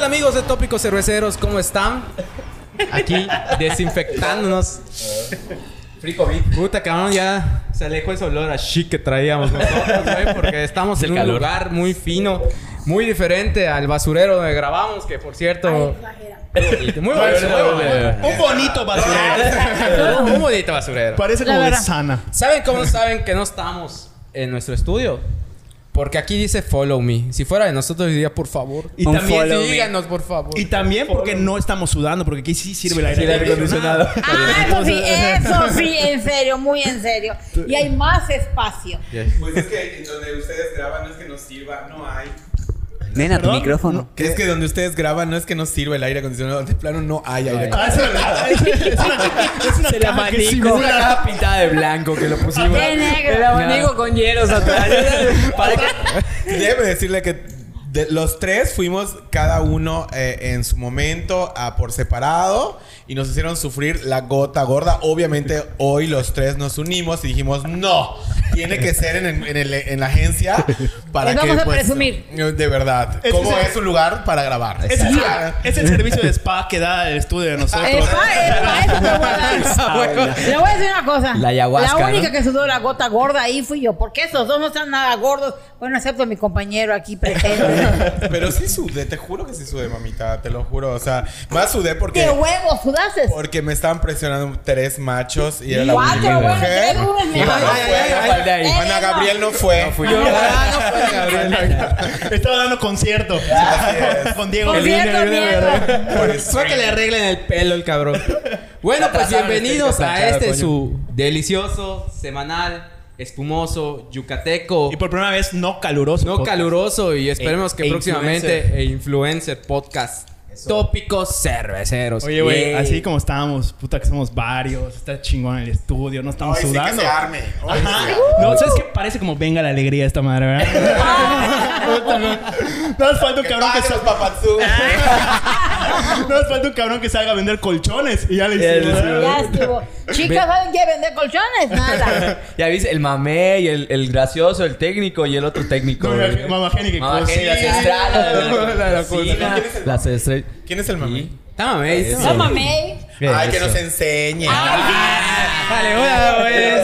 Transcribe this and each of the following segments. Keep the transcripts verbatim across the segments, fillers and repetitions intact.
tal, amigos de Tópicos Cerveceros? ¿Cómo están? Aquí desinfectándonos. Free COVID. Puta, cabrón, ya se alejó ese olor a chic que traíamos nosotros, güey, porque estamos en un calor. lugar muy fino, muy diferente al basurero donde grabamos, que por cierto... Ay, muy bonito, un bonito basurero. Un bonito basurero. Parece como de sana. ¿Saben cómo saben que no estamos en nuestro estudio? Porque aquí dice follow me. Si fuera de nosotros diría por favor. Y también díganos por favor. Y también porque no estamos sudando, porque aquí sí sirve el aire, sí, aire acondicionado. Ah, eso sí, eso sí, en serio, muy en serio. Y hay más espacio. Pues es que en donde ustedes graban no es que nos sirva, no hay. Nena, tu micrófono. Que es que donde ustedes graban no es que nos sirva el aire acondicionado, de plano no hay aire acondicionado. Ah, es verdad. Es una, es una caja que simula una caja pintada de blanco que lo pusimos. De negro. El abanico no. con hielos atrás. Para que... Debe decirle que de los tres fuimos cada uno eh, en su momento a por separado y nos hicieron sufrir la gota gorda. Obviamente hoy los tres nos unimos y dijimos no, tiene que ser en, en, en, el, en la agencia para Les que vamos a pues, presumir. De verdad, Es cómo es es un lugar para grabar. Es, el, es el servicio de spa que da el estudio de nosotros. Spa, spa, eso te voy a dar. Le voy a decir una cosa. La ayahuasca, La única ¿no? que sudó la gota gorda ahí fui yo. Porque esos dos no están nada gordos. Bueno, excepto mi compañero aquí presente. Pero sí sudé, te juro que sí sudé, mamita, te lo juro. O sea, más sudé porque... ¿Qué huevos sudaste? Porque me estaban presionando tres machos y era la Cuatro, única bueno, mujer. tres unos Y Ana no mejores. fue. Eh, Ana no. Gabriel no fue. No fui yo. Ah, no fue Gabriel. Estaba dando concierto. es. Con Diego. Concierto, Luna, mierda. Por eso. Fue que le arreglen el pelo el cabrón. Bueno, pues bienvenidos a este coño. su delicioso, semanal, espumoso, yucateco, Y por primera vez no caluroso. no podcast. caluroso y esperemos E- que e próximamente influencer. e influencer podcast. Tópicos cerveceros. Oye, güey, Yay. así como estábamos, puta que somos varios, está chingón el estudio, no estamos Hoy sí que sudando. se arme. Hoy Ajá. sí. No, ¿sabes qué? Parece como venga la alegría esta madre, ¿verdad? Puta, no. No nos falta un Que cabrón que paguen los salga. papazú. No nos falta un cabrón que salga a vender colchones. Y ya le hicimos. Ya estuvo. Chicas, ¿saben qué? ¿Vender colchones? Nada. Ya viste, el mamé y el, el gracioso, el técnico y el otro técnico. No, güey. Mamá Jenny que Mamá Jenny, las cocina. estrellas, La- la la cocina, ¿Quién es el las estrellas. ¿Quién es el mami? Támame, eso. No mamey. Ay, que nos enseñe. Vale, una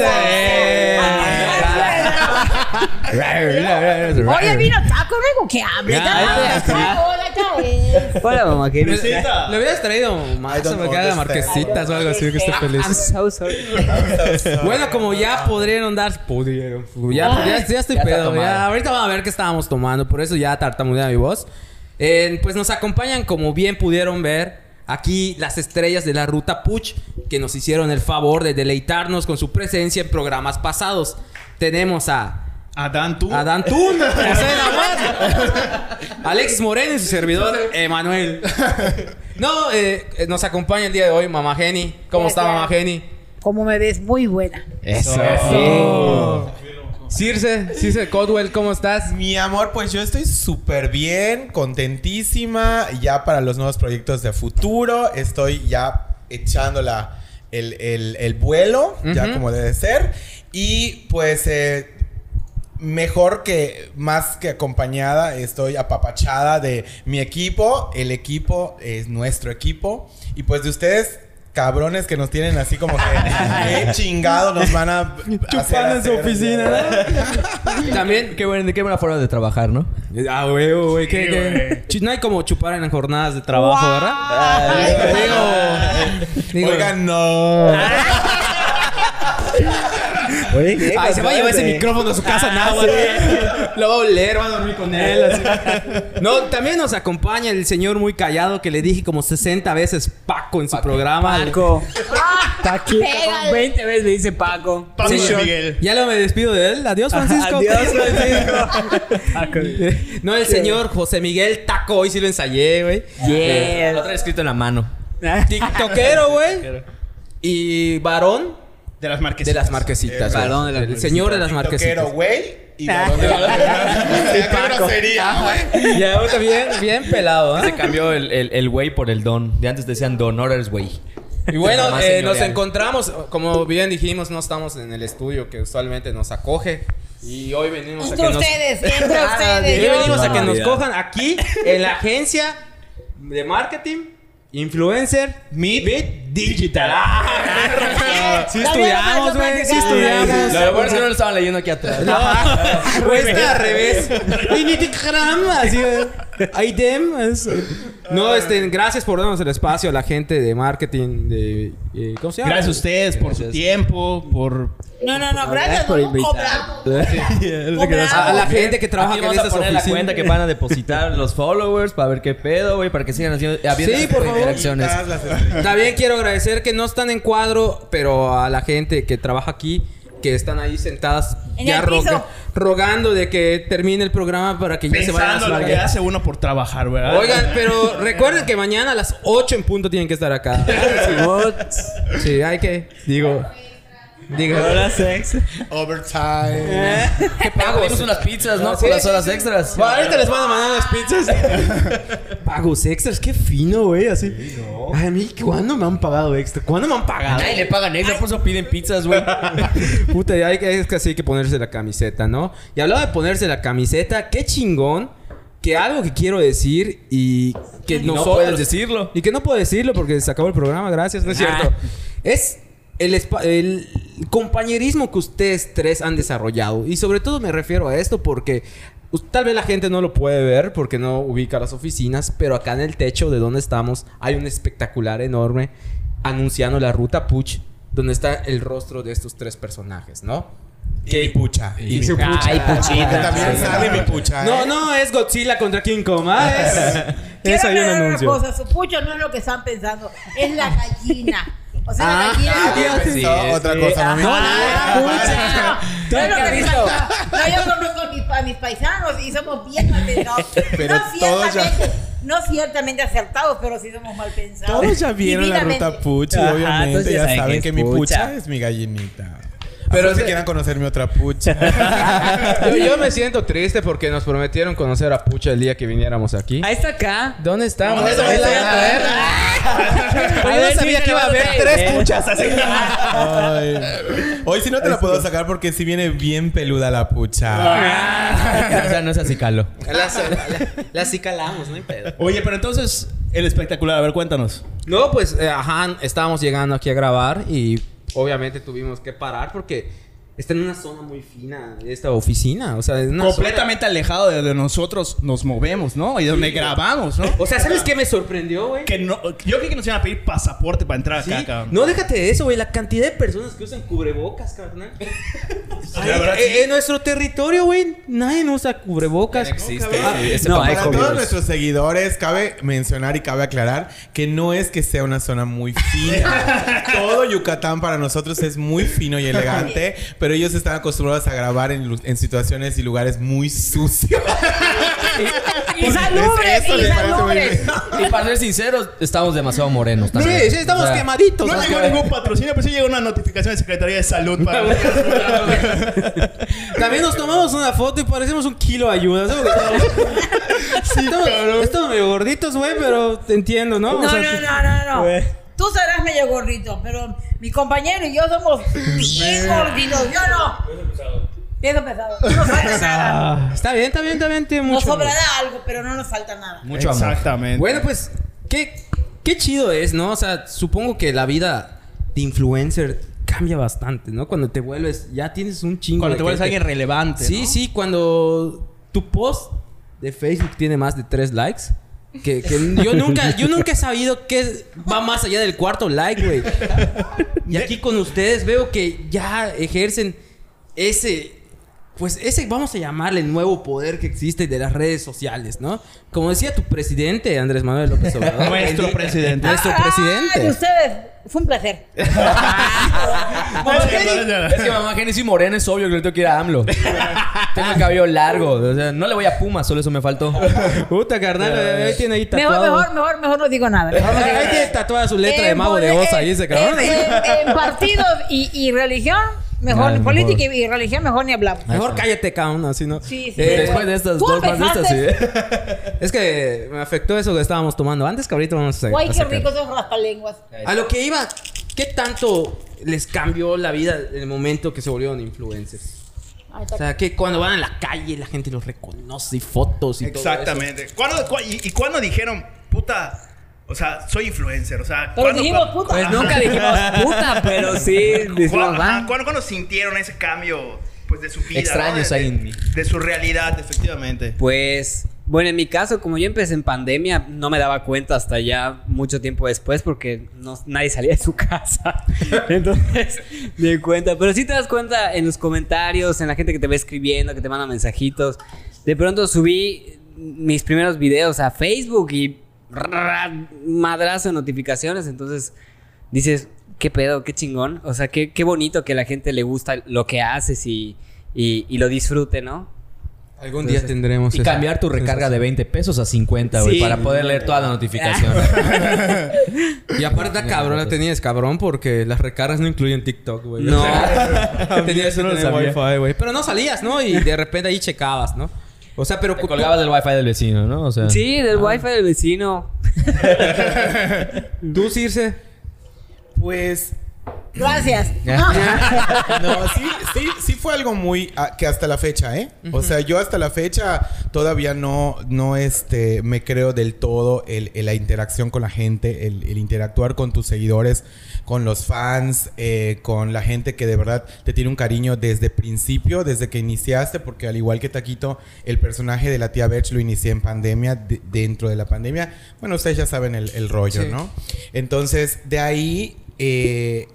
Oye, vino taco, luego que hable. Ya, ya. Hola, cabeza. Hola, mamá Jenny. Presenta. Le hubieras traído más, I don't me queda understand. marquesitas o algo así que esté I'm feliz. so sorry. Bueno, como ya pudieron dar... Pudieron. Ya, ya, ya estoy Ya está pedo. tomado. Ya, ahorita vamos a ver qué estábamos tomando. Por eso ya tartamudea mi voz. Eh, pues nos acompañan, como bien pudieron ver, aquí las estrellas de la Ruta Puch, que nos hicieron el favor de deleitarnos con su presencia en programas pasados. Tenemos a Adán, tú. Adán Tun, José Nahuatl, Alexis Moreno y su servidor Emanuel. No, eh, eh, nos acompaña el día de hoy Mamá Jenny. ¿Cómo está Mamá Jenny? Como me ves, muy buena. Eso. Circe, Circe Codwell, ¿cómo estás? Mi amor, pues yo estoy súper bien, contentísima. Ya para los nuevos proyectos de futuro. Estoy ya echando la, el, el, el vuelo, ya Ujú. como debe ser. Y pues eh, mejor que, más que acompañada, estoy apapachada de mi equipo. El equipo es nuestro equipo. Y pues de ustedes... cabrones que nos tienen así como que qué chingado nos van a Chupando en su hacer. oficina, ¿no? También, Qué buena, qué buena forma de trabajar, ¿no? ah, güey, güey, ¿qué, Sí, qué? güey. Ch- No hay como chupar en las jornadas de trabajo, ¿verdad? Ay, Digo, digo, Oigan, no. Oye, ¿qué? ay, se va a llevar ese micrófono a su casa, nada, güey. Lo va a oler, va a dormir con él. Así. No, también nos acompaña el señor muy callado que le dije como sesenta veces Paco en su programa. Paco. Paquito. Pégale. veinte veces me dice Paco. Paco Sí, Miguel. Ya lo me despido de él. Adiós, Francisco. Adiós, Francisco. No, el señor José Miguel Taco. Hoy sí lo ensayé, güey. Yeah. Lo trae escrito en la mano. TikTokero, güey. Y varón De las marquesitas. de las marquesitas. Eh, varón de las El señor de las marquesitas. Toquero, güey. Y varón de la... Qué grosería, güey. Ya, ahorita bien, bien pelado, Se ¿eh? cambió el, el, el güey por el don. De antes decían don, ahora eres güey. Y bueno, Más eh, nos señorial. encontramos, como bien dijimos, no estamos en el estudio que usualmente nos acoge. Y hoy venimos a Entre que nos... ustedes, entre Y ustedes. hoy yo- venimos a que nos Navidad. cojan aquí, en la agencia de marketing, influencer, Meet, Meet Digital. Sí estudiamos, güey. Sí estudiamos. Lo bueno es que no lo estaban leyendo aquí atrás. Güey, está al revés. Inigram, así, güey. Idem. es- No, este, gracias por darnos el espacio a la gente de marketing de... eh, ¿Cómo se llama? Gracias a ustedes por su Gracias. tiempo, por... No, no, no, gracias. por No invitar. cobramos. Cobramos. A, a la gente que trabaja Aquí en vamos a estas poner la oficinas. cuenta que van a depositar los followers para ver qué pedo, güey, para que sigan haciendo habiendo Sí, este por tipo de favor. interacciones. Todas las estrellas. También quiero agradecer que no están en cuadro, pero a la gente que trabaja aquí, que están ahí sentadas En ya el piso. roga- rogando de que termine el programa para que ya se vayan a Pensando su lo que larga. hace uno por trabajar, ¿verdad? Oigan, pero recuerden que mañana a las ocho en punto tienen que estar acá. Sí, sí, hay que... Digo... Digo... sex. Overtime. ¿Qué Pedimos unas pizzas, ¿no? Por las horas extras. Bueno, ahorita les van a mandar las pizzas. Pagos extras, qué fino, güey, así. Ay, a mí, ¿cuándo me han pagado extra? ¿Cuándo me han A pagado? nadie le pagan extra, por eso piden pizzas, güey. Puta, ya hay que, es que así hay que ponerse la camiseta, ¿no? Y hablando de ponerse la camiseta, qué chingón que algo que quiero decir y que Y no nosotros... puedes decirlo. Y que no puedo decirlo porque se acabó el programa, gracias, no es cierto. Es el, espa- el compañerismo que ustedes tres han desarrollado. Y sobre todo me refiero a esto porque pues, tal vez la gente no lo puede ver porque no ubica las oficinas, pero acá en el techo de donde estamos hay un espectacular enorme anunciando la ruta Puch, donde está el rostro de estos tres personajes, ¿no? Y mi pucha. Y su pucha. Ay, puchita. También sale mi pucha. No, ¿eh? no, es Godzilla contra King Kong. Ah, es, Quiero es ahí un aclarar una anuncio. cosa, su pucho no es lo que están pensando, es la gallina. O sea, Ah, la gallina. ah, Pensó sí, otra sí. cosa, mami. No, no, Ah, no, es lo ¿Qué has que visto? pasa. No, yo conozco a mis, a mis paisanos y somos bien mal pensados. Pero no, todos ya- ciertamente, no ciertamente acertados, pero sí somos mal pensados. Todos ya vieron la Divinamente. ruta pucha y Ajá, obviamente entonces ya ya saben saben que que es mi pucha. pucha es mi gallinita. Pero Pero si ese- quieran conocer mi otra pucha. Yo, yo me siento triste porque nos prometieron conocer a Pucha el día que viniéramos aquí. Ahí está acá. ¿Dónde estamos? ¿Dónde Ahí está? la voy a traer. A Yo ver, no sabía sí, que iba a haber levántate. tres puchas así. Ay. Hoy sí no te la puedo sacar porque sí viene bien peluda la pucha. O sea, no es así, Calo. Las la, la acicalamos, no hay pedo. Oye, pero entonces, el espectacular, a ver, cuéntanos. No, pues, eh, ajá, estábamos llegando aquí a grabar y obviamente tuvimos que parar porque está en una zona muy fina esta oficina. O sea, en una Completamente alejado de donde nosotros nos movemos, ¿no? Y de donde Sí. grabamos, ¿no? zona- O sea, ¿sabes qué me sorprendió, güey? Que no, yo creí que nos iban a pedir pasaporte para entrar Sí. acá, cabrón. No, déjate de eso, güey. La cantidad de personas que usan cubrebocas, carnal. Ay, la verdad, eh, sí. En nuestro territorio, güey, nadie usa cubrebocas. No existe. Ah, Sí, ese no, pan de Para COVID. todos nuestros seguidores, cabe mencionar y cabe aclarar que no es que sea una zona muy fina. Todo Yucatán para nosotros es muy fino y elegante, pero ellos están acostumbrados a grabar en, lu- en situaciones y lugares muy sucios. Y salubres, Eso y les parece muy salubres. bien. Y para ser sinceros, estamos demasiado morenos también. Sí, sí, estamos O sea, quemaditos. No ¿no? llegó ningún patrocinio, pero sí llegó una notificación de Secretaría de Salud para... También nos tomamos una foto y parecemos un kilo de ayuda. ¿sabes? estamos, estamos medio gorditos, güey, pero te entiendo, ¿no? O No, sea, no, no, no, no. Güey. Tú serás medio gordito, pero mi compañero y yo somos bien gorditos. Yo no. Peso pesado. No nos falta nada. Ah, está bien, está bien, está bien. Tiene Nos mucho. sobrará algo, pero no nos falta nada. Mucho amor. Exactamente. Bueno, pues, qué, qué chido es, ¿no? O sea, supongo que la vida de influencer cambia bastante, ¿no? Cuando te vuelves, ya tienes un chingo. Cuando de te vuelves gente. alguien relevante, Sí, ¿no? sí, cuando tu post de Facebook tiene más de tres likes. Que, que yo nunca, yo nunca he sabido que va más allá del cuarto like, güey. Y aquí con ustedes veo que ya ejercen ese, pues ese, vamos a llamarle el nuevo poder que existe de las redes sociales, ¿no? Como decía tu presidente, Andrés Manuel López Obrador. Nuestro el- presidente. Nuestro Ay, presidente. ustedes, fue un placer. Es que mamá Genesis Morena es obvio que le tengo que ir a AMLO. Tengo el cabello largo. O sea, no le voy a Puma, solo eso me faltó. Puta, carnal, ahí tiene ahí Mejor, tatuado. mejor, mejor, mejor no digo nada. Mejor no digo Ahí nada. tiene tatuada su letra de En mago de poli- Oz ahí ese en- cabrón. En, en- en partidos y, y religión, mejor, Ay, política y, y religión, mejor ni hablamos. Mejor cállate, cabrón, así, ¿no? Sí, sí. Eh, Después de estas Tú dos más de estas, empezaste. sí. Es que me afectó eso que estábamos tomando antes, que ahorita vamos a Guay, a qué sacar. rico esos raspalenguas. A lo que iba, ¿qué tanto les cambió la vida en el momento que se volvieron influencers? Ahí está. O sea, que cuando van a la calle la gente los reconoce y fotos y Exactamente. ¿Cuándo, cu- y, ¿Y cuándo dijeron, puta, o sea, soy influencer, o sea... Pero ¿cuándo- dijimos cu- puta. Pues nunca dijimos puta, pero sí dijimos, ¿Cuándo, va. ajá, ¿cuándo, cuándo sintieron ese cambio, pues, de su vida? Extraños ¿no? de, ahí en mí. de su realidad, efectivamente. Pues, bueno, en mi caso, como yo empecé en pandemia, no me daba cuenta hasta ya mucho tiempo después porque no, nadie salía de su casa. Entonces, me di cuenta. Pero sí te das cuenta en los comentarios, en la gente que te va escribiendo, que te manda mensajitos. De pronto subí mis primeros videos a Facebook y madrazo de notificaciones. Entonces, dices, qué pedo, qué chingón. O sea, qué, qué bonito que a la gente le gusta lo que haces y, y, y lo disfrute, ¿no? Algún día tendremos Y esa- cambiar tu recarga esa- de veinte pesos a cincuenta, güey, Sí. para poder leer toda la notificación. Y aparte, cabrón, la tenías cabrón porque las recargas no incluyen TikTok, güey. No. O sea, tenías que no lo tener sabía. Wi-Fi, güey. Pero no salías, ¿no? Y de repente ahí checabas, ¿no? O sea, pero... Te colgabas del wifi del vecino, ¿no? O sea... Sí, del wifi del vecino. ¿Tú, Circe? Pues Gracias. no, sí, sí, sí fue algo muy ah, que hasta la fecha, ¿eh? O sea, yo hasta la fecha todavía no, no este, me creo del todo el, el- la interacción con la gente, el, el interactuar con tus seguidores, con los fans, eh, con la gente que de verdad te tiene un cariño desde principio, desde que iniciaste, porque al igual que Taquito, el personaje de la tía Berch lo inicié en pandemia, de- dentro de la pandemia. Bueno, ustedes ya saben el, el rollo, Sí. ¿no? Entonces, de ahí... eh,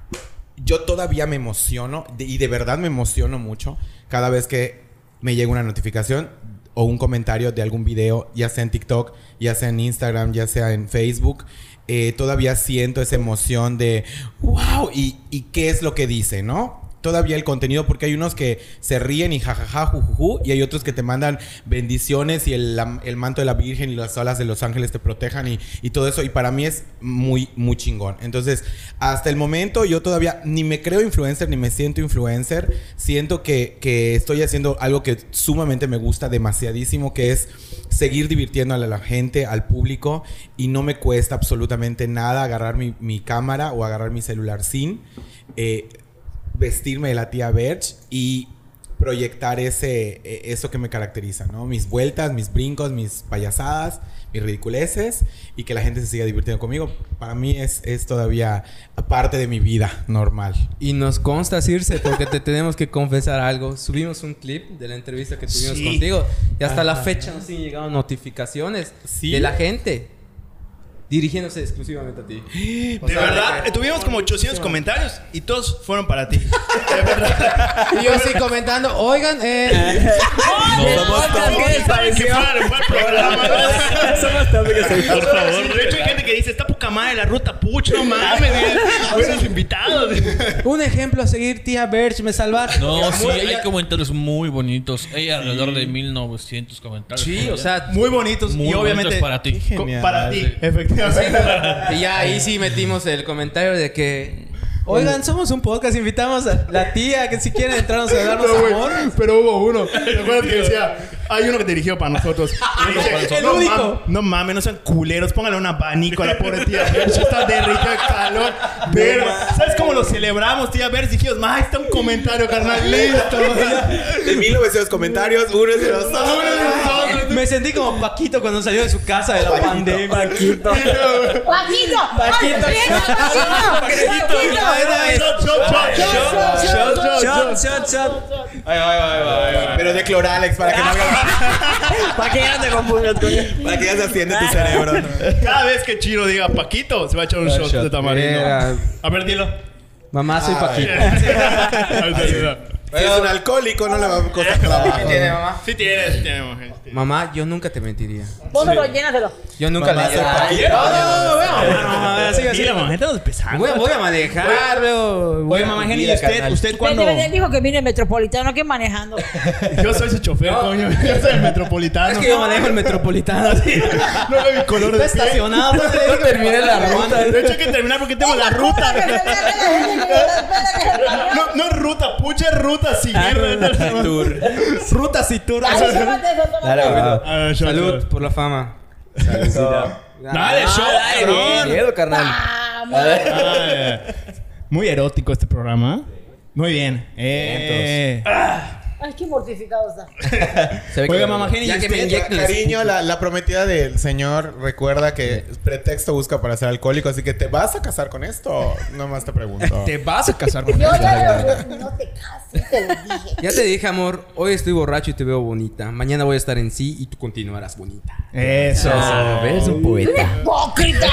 yo todavía me emociono de- y de verdad me emociono mucho cada vez que me llega una notificación o un comentario de algún video, ya sea en TikTok, ya sea en Instagram, ya sea en Facebook. Eh, todavía siento esa emoción de wow, y, y qué es lo que dice, ¿no? Todavía el contenido, porque hay unos que se ríen y jajaja, jujuju, y hay otros que te mandan bendiciones y el, la- el manto de la Virgen y las alas de los ángeles te protejan y, y todo eso. Y para mí es muy, muy chingón. Entonces, hasta el momento yo todavía ni me creo influencer, ni me siento influencer. Siento que, que estoy haciendo algo que sumamente me gusta demasiadísimo, que es seguir divirtiendo a la, la gente, al público, y no me cuesta absolutamente nada agarrar mi, mi cámara o agarrar mi celular sin... Eh, vestirme de la tía Berch y proyectar ese eh, eso que me caracteriza, ¿no? Mis vueltas, mis brincos, mis payasadas, mis ridiculeces, y que la gente se siga divirtiendo conmigo. Para mí es, es todavía parte de mi vida normal. Y nos consta, Circe, porque te tenemos que confesar algo. Subimos un clip de la entrevista que tuvimos Sí. contigo y hasta la fecha nos siguen llegando notificaciones ¿Sí? de la gente dirigiéndose exclusivamente a ti. De verdad, eh, tuvimos como ochocientos comentarios y todos fueron para ti. De verdad. Y yo así comentando, oigan, eh... ¿Qué podcast qué les ¿Saben qué pareció? fue? Fue el programa, ¿no? Somos tópicos ahí. Por favor. De hecho, hay gente que dice, está poca madre la ruta Puch, no mames. Buenos invitados. un ejemplo a seguir, tía Berch, me salvaste. No, sí, Muy- hay comentarios muy bonitos. Hay alrededor de mil novecientos comentarios. Sí, o sea, Muy bonitos Muy y obviamente bonitos para ti. co- Genial. para ti, Sí. efectivamente. y ya ahí sí metimos el comentario de que... Oigan, somos un podcast, invitamos a la tía que si quieren entrarnos a darnos No, güey, amor. pero hubo uno. ¿Te acuerdas que decía? Hay uno que dirigió para nosotros. Y dice, El no, único. mam- no mames, no sean culeros. Póngale un abanico a la pobre tía Berch. Está derrita de calor. Pero, ¿sabes cómo lo celebramos, tía Berch? Dijimos, ma, está un comentario, carnal. Listo. De mil novecientos comentarios, uno es de los Me sentí como Paquito cuando salió de su casa de la pandemia. Paquito. ¡Paquito! Paquito. ¡Paquito! Shot, shot, shot, shot, shot, Shot, shot. shot, shot. Pero de Cloralex, para que no haga- ¿Para qué ya no te confundas con él? para que ya se asciende tu cerebro, ¿no? Cada vez que Chiro diga Paquito, se va a echar un shot de tamarindo. Era- A ver, dilo. Mamá, soy Paquito. Si es un alcohólico, no le va a costar trabajo. mamá? Sí tiene, sí tiene mujer. Mamá, yo nunca te mentiría. Pónselo, llénaselo. Yo nunca Mamá, le soy Paquito. No, no, no, no, no, sigue, Sí, sigue. la mamá estamos empezando. Voy, voy a manejar, bro. Voy Oye, a mamá Jenny, ¿y Mira, usted, carnal. usted cuándo? Él dijo que viene metropolitano, que manejando. Yo soy su chofer, coño. Yo soy el metropolitano. Es que yo manejo el metropolitano. así. No veo mi color de Está piel. estacionado. No terminé la ruta. De hecho, hay que terminar porque tengo la ruta. Que se vea que la gente que espera que se vaya. No, no es ruta, pucha, es ruta siguiente. Rutas y tours. Ay, tómate eso, tómate eso. Ah, shot, Salud shot. por la fama. Dale, shot, Dale, cabrón. miedo, carnal. Vamos. Ah, muy erótico este programa. Muy bien. Eh. Ay, qué mortificado está. Se ve Oiga, que- mamá Jenny, ya ¿y que me usted? inyecten las- Cariño, la, la prometida del señor recuerda que pretexto busca para ser alcohólico, así que ¿te vas a casar con esto? Nomás te pregunto. Te vas a casar con Yo ella. ya no, no te cases, te lo dije. Ya te dije, amor, hoy estoy borracho y te veo bonita. Mañana voy a estar en sí y tú continuarás bonita. Eso. Eres un poeta. ¡Hipócrita!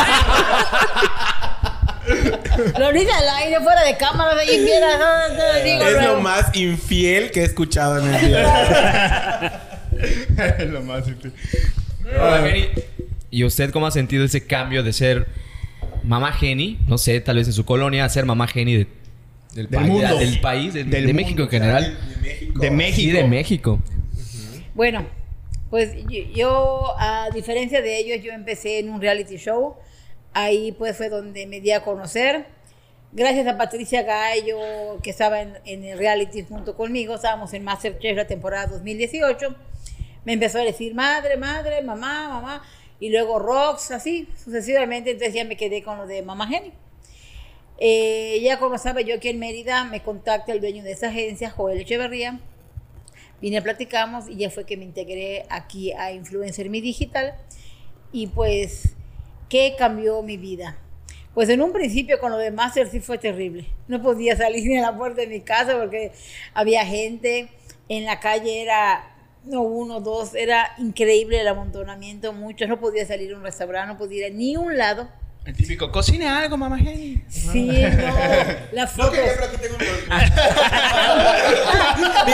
Lolita al aire, fuera de cámara, de ahí viera, no, no, no, digo Es luego. lo más infiel que he escuchado en el día. Es lo más difícil. Hola, Jenny. ¿Y usted cómo ha sentido ese cambio de ser mamá Jenny? No sé, tal vez en su colonia, a ser mamá Jenny de- del, Del país, mundo. de- del país, de, Del de mundo, México en general. De México. Sí, de México. Bueno, pues yo, yo, a diferencia de ellos, yo empecé en un reality show. Ahí pues fue donde me di a conocer. Gracias a Patricia Gallo, que estaba en, en el reality junto conmigo, estábamos en MasterChef la temporada dos mil dieciocho. Me empezó a decir madre, madre, mamá, mamá. Y luego Rox, así sucesivamente. Entonces ya me quedé con lo de mamá Jenny. Eh, ya como estaba yo aquí en Mérida, me contacta el dueño de esa agencia, Joel Echeverría. Vine, platicamos y ya fue que me integré aquí a Influencer Mi Digital. Y pues, ¿qué cambió mi vida? Pues en un principio con lo de Master sí fue terrible. No podía salir ni a la puerta de mi casa porque había gente. En la calle era, no uno, dos, era increíble el amontonamiento, muchos. No podía salir a un restaurante, no podía ir a ni un lado. El típico, cocine algo, mamá Jenny. Sí, no, las No, fotos. que pero aquí tengo mi... mi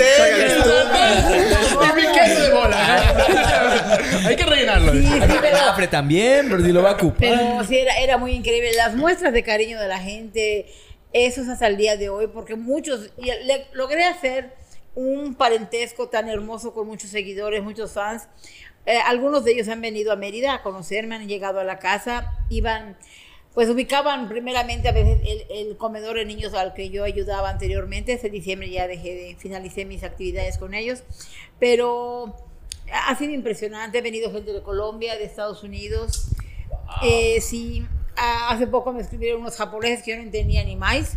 sartén. Y mi queso de bola. Hay que rellenarlo. Sí, sí, pero, Afre también, pero si lo va a ocupar. pero sí, era, era muy increíble. Las muestras de cariño de la gente, eso es hasta el día de hoy, porque muchos, y le- logré hacer un parentesco tan hermoso con muchos seguidores, muchos fans. Eh, algunos de ellos han venido a Mérida a conocerme, han llegado a la casa, iban, pues ubicaban primeramente a veces el, el comedor de niños al que yo ayudaba anteriormente. Este diciembre ya dejé de, finalicé mis actividades con ellos, pero ha sido impresionante. Ha venido gente de Colombia, de Estados Unidos. Eh, sí, a- hace poco me escribieron unos japoneses que yo no entendía ni más.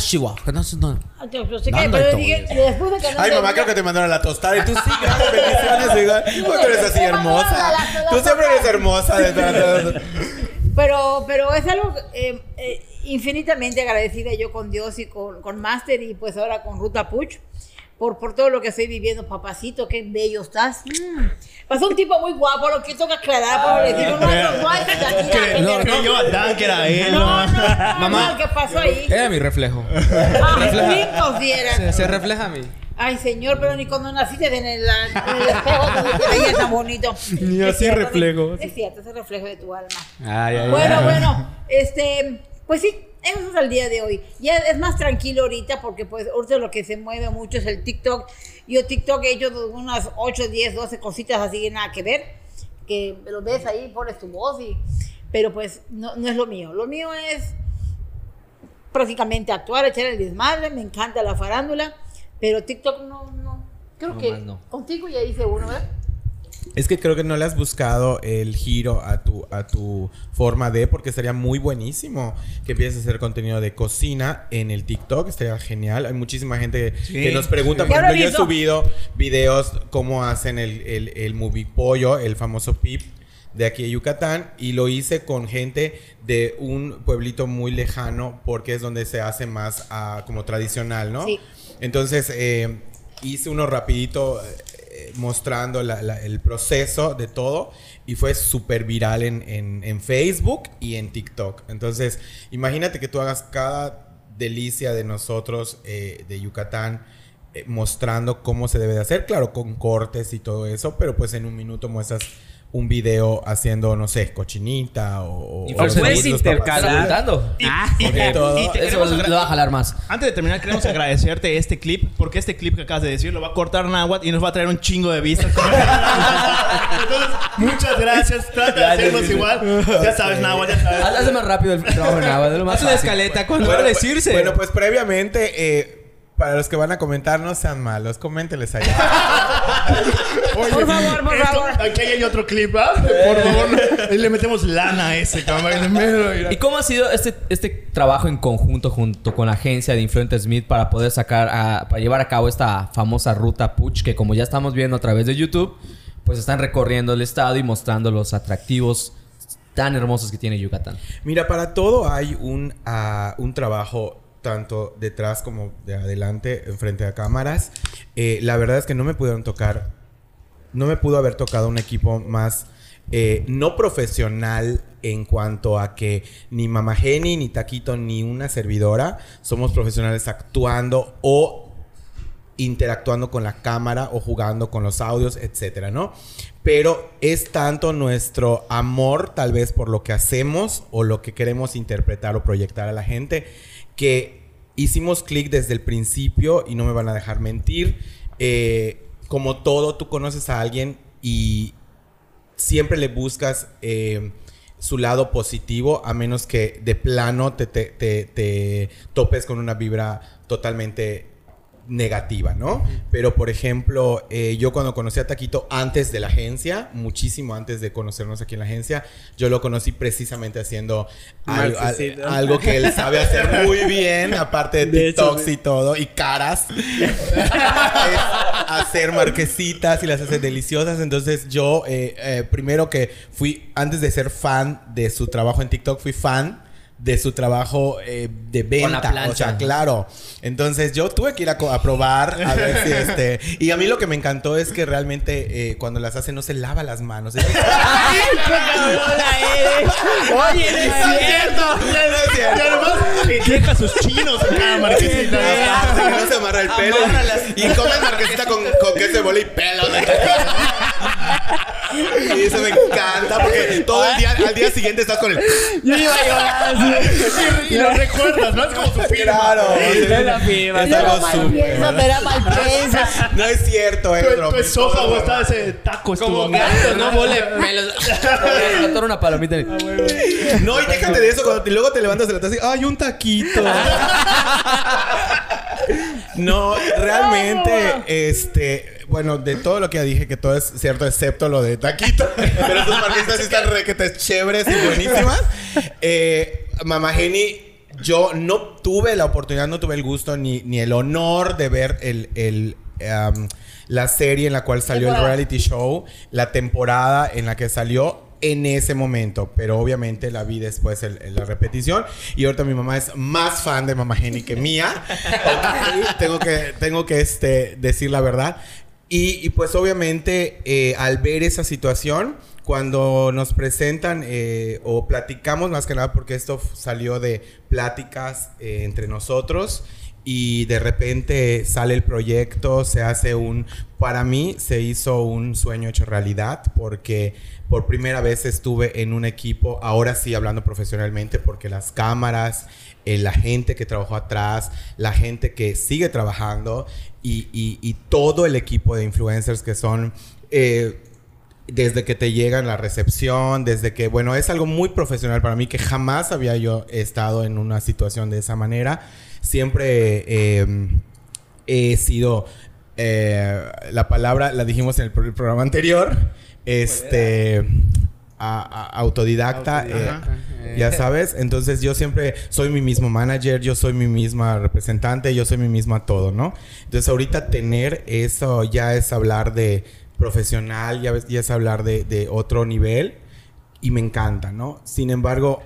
Ah, yo- yo sé que- pero dije, después de que no Ay, mamá, entendía- creo que te mandaron a la tostada. Y tú sí, gracias, bendiciones, oiga. Tú eres así hermosa. Tú siempre eres hermosa. De todo. Pero, pero es algo eh, eh, infinitamente agradecida yo con Dios y con, con Master y pues ahora con Ruta Puch por, por todo lo que estoy viviendo. Papacito, qué bello estás. Mm. Pasó un tipo muy guapo, lo que tengo que aclarar, por decir, no, no, no, hay que aquí, Cre- no, Creyó a Dan que era él. no, no, no, Mamá. no, ¿qué pasó ahí? Era mi reflejo. Ay, brincos dieran. Se, se refleja a mí. Ay, señor, pero ni cuando naciste en el, en el espejo donde te veías tan bonito. Ni Es así cierto, reflejo. Es cierto, es el reflejo de tu alma. Ay, ay, Bueno, ay. bueno, este, pues sí, eso es al día de hoy. Ya es más tranquilo ahorita porque pues ahorita lo que se mueve mucho es el TikTok. Yo TikTok he hecho unas ocho, diez, doce cositas así que nada que ver, que lo ves ahí, pones tu voz y... Pero pues no, no es lo mío. Lo mío es prácticamente actuar, echar el desmadre, me encanta la farándula, pero TikTok no, no. Creo No que más no. contigo ya hice uno, ¿verdad? Es que creo que no le has buscado el giro a tu, a tu forma de, porque sería muy buenísimo que empieces a hacer contenido de cocina en el TikTok. Estaría genial. Hay muchísima gente Sí, que nos pregunta. sí. Por Ya lo ejemplo, he yo he visto. subido videos cómo hacen el, el, el movie pollo, el famoso pip de aquí de Yucatán, y lo hice con gente de un pueblito muy lejano porque es donde se hace más ah, como tradicional, ¿no? Sí. Entonces eh, hice uno rapidito eh, mostrando la- la- el proceso de todo y fue súper viral en, en- en Facebook y en TikTok. Entonces imagínate que tú hagas cada delicia de nosotros eh, de Yucatán eh, mostrando cómo se debe de hacer, claro, con cortes y todo eso, pero pues en un minuto muestras un video haciendo, no sé, cochinita o... Y o puedes los papas intercalar. azules. preguntando. Ah, Y, de todo. y te Eso queremos agra- lo va a jalar más. Antes de terminar, queremos agradecerte este clip, porque este clip que acabas de decir lo va a cortar Nahuatl y nos va a traer un chingo de vistas. Entonces, muchas gracias. Trata de hacernos igual. Ya sabes, Nahuatl, ya sabes. Haz- Hace más rápido el trabajo de Nava, de lo más Haz una fácil. escaleta cuando Bueno, va a pues- decirse. Bueno, pues previamente, eh, para los que van a comentar, no sean malos, coméntenles allá. por favor, por Esto- favor. aquí hay otro clip, ¿ah? Por favor. Y le metemos lana a ese, cabrón. ¿Y cómo ha sido este, este trabajo en conjunto junto con la agencia de Influencer Smith para poder sacar, a, para llevar a cabo esta famosa ruta Puch que como ya estamos viendo a través de YouTube, pues están recorriendo el estado y mostrando los atractivos tan hermosos que tiene Yucatán? Mira, para todo hay un, uh, un trabajo tanto detrás como de adelante, enfrente a cámaras. Eh, la verdad es que no me pudieron tocar, no me pudo haber tocado un equipo más eh, no profesional en cuanto a que ni Mama Jenny, ni Taquito, ni una servidora somos profesionales actuando o interactuando con la cámara o jugando con los audios, etcétera, ¿no? Pero es tanto nuestro amor, tal vez, por lo que hacemos o lo que queremos interpretar o proyectar a la gente, que hicimos clic desde el principio y no me van a dejar mentir. Eh, como todo, tú conoces a alguien y siempre le buscas eh, su lado positivo, a menos que de plano te, te, te, te topes con una vibra totalmente negativa, ¿no? Uh-huh. Pero, por ejemplo, eh, yo cuando conocí a Taquito antes de la agencia, muchísimo antes de conocernos aquí en la agencia, yo lo conocí precisamente haciendo al, al, algo que él sabe hacer muy bien, aparte de, de TikToks hecho, y todo, y caras. Es hacer marquesitas y las hace deliciosas. Entonces, yo, eh, eh, primero que fui, antes de ser fan de su trabajo en TikTok, fui fan de su trabajo eh, de venta, o sea, claro. Entonces yo tuve que ir a, a probar a ver si este... Y a mí lo que me encantó es que realmente eh, cuando las hace no se lava las manos. Es... ¡Ay, qué cabrona eres! Oye, no es cierto. No es cierto. Y además deja sus chinos en cada marquesita. Que no se amarra el pelo. Y come marquesita con, con queso de bola y pelo. Y eso me encanta porque todo el día, al día siguiente estás con el... Yo iba a llorar así. Y, y lo recuerdas, ¿no? Es como su firma. Claro. Es la firma. Yo no mal pienso, pero mal piensa. No es cierto, eh. Tu, tu esófago está ese taco estuvo. Como gato, no mole. Me lo... una palomita. No, y déjate de eso. Cuando te, luego te levantas de la taza y... ¡ay, un taquito! No, realmente, este... Bueno, de todo lo que ya dije, que todo es cierto, excepto lo de Taquito. Pero tus marquesitas sí están requetes chéveres y buenísimas. Eh, Mama Jenny, yo no tuve la oportunidad, no tuve el gusto ni, ni el honor de ver el, el, um, la serie en la cual salió el reality show, la temporada en la que salió en ese momento, pero obviamente la vi después en, en la repetición y ahorita mi mamá es más fan de Mama Jenny que mía. Okay, tengo que, tengo que este, decir la verdad. Y, y pues obviamente eh, al ver esa situación, cuando nos presentan eh, o platicamos más que nada, porque esto salió de pláticas eh, entre nosotros y de repente sale el proyecto, se hace un... Para mí se hizo un sueño hecho realidad porque por primera vez estuve en un equipo, ahora sí hablando profesionalmente, porque las cámaras, eh, la gente que trabajó atrás, la gente que sigue trabajando y, y, y todo el equipo de influencers que son... Eh, desde que te llegan la recepción, desde que... Bueno, es algo muy profesional para mí, que jamás había yo estado en una situación de esa manera. Siempre eh, he sido... Eh, la palabra la dijimos en el, pro- el programa anterior. Este... A, a, autodidacta, autodidacta. Eh, ya sabes. Entonces yo siempre soy mi mismo manager, yo soy mi misma representante, yo soy mi misma todo, ¿no? Entonces ahorita tener eso ya es hablar de profesional, ya, ya es hablar de, de otro nivel y me encanta, ¿no? Sin embargo,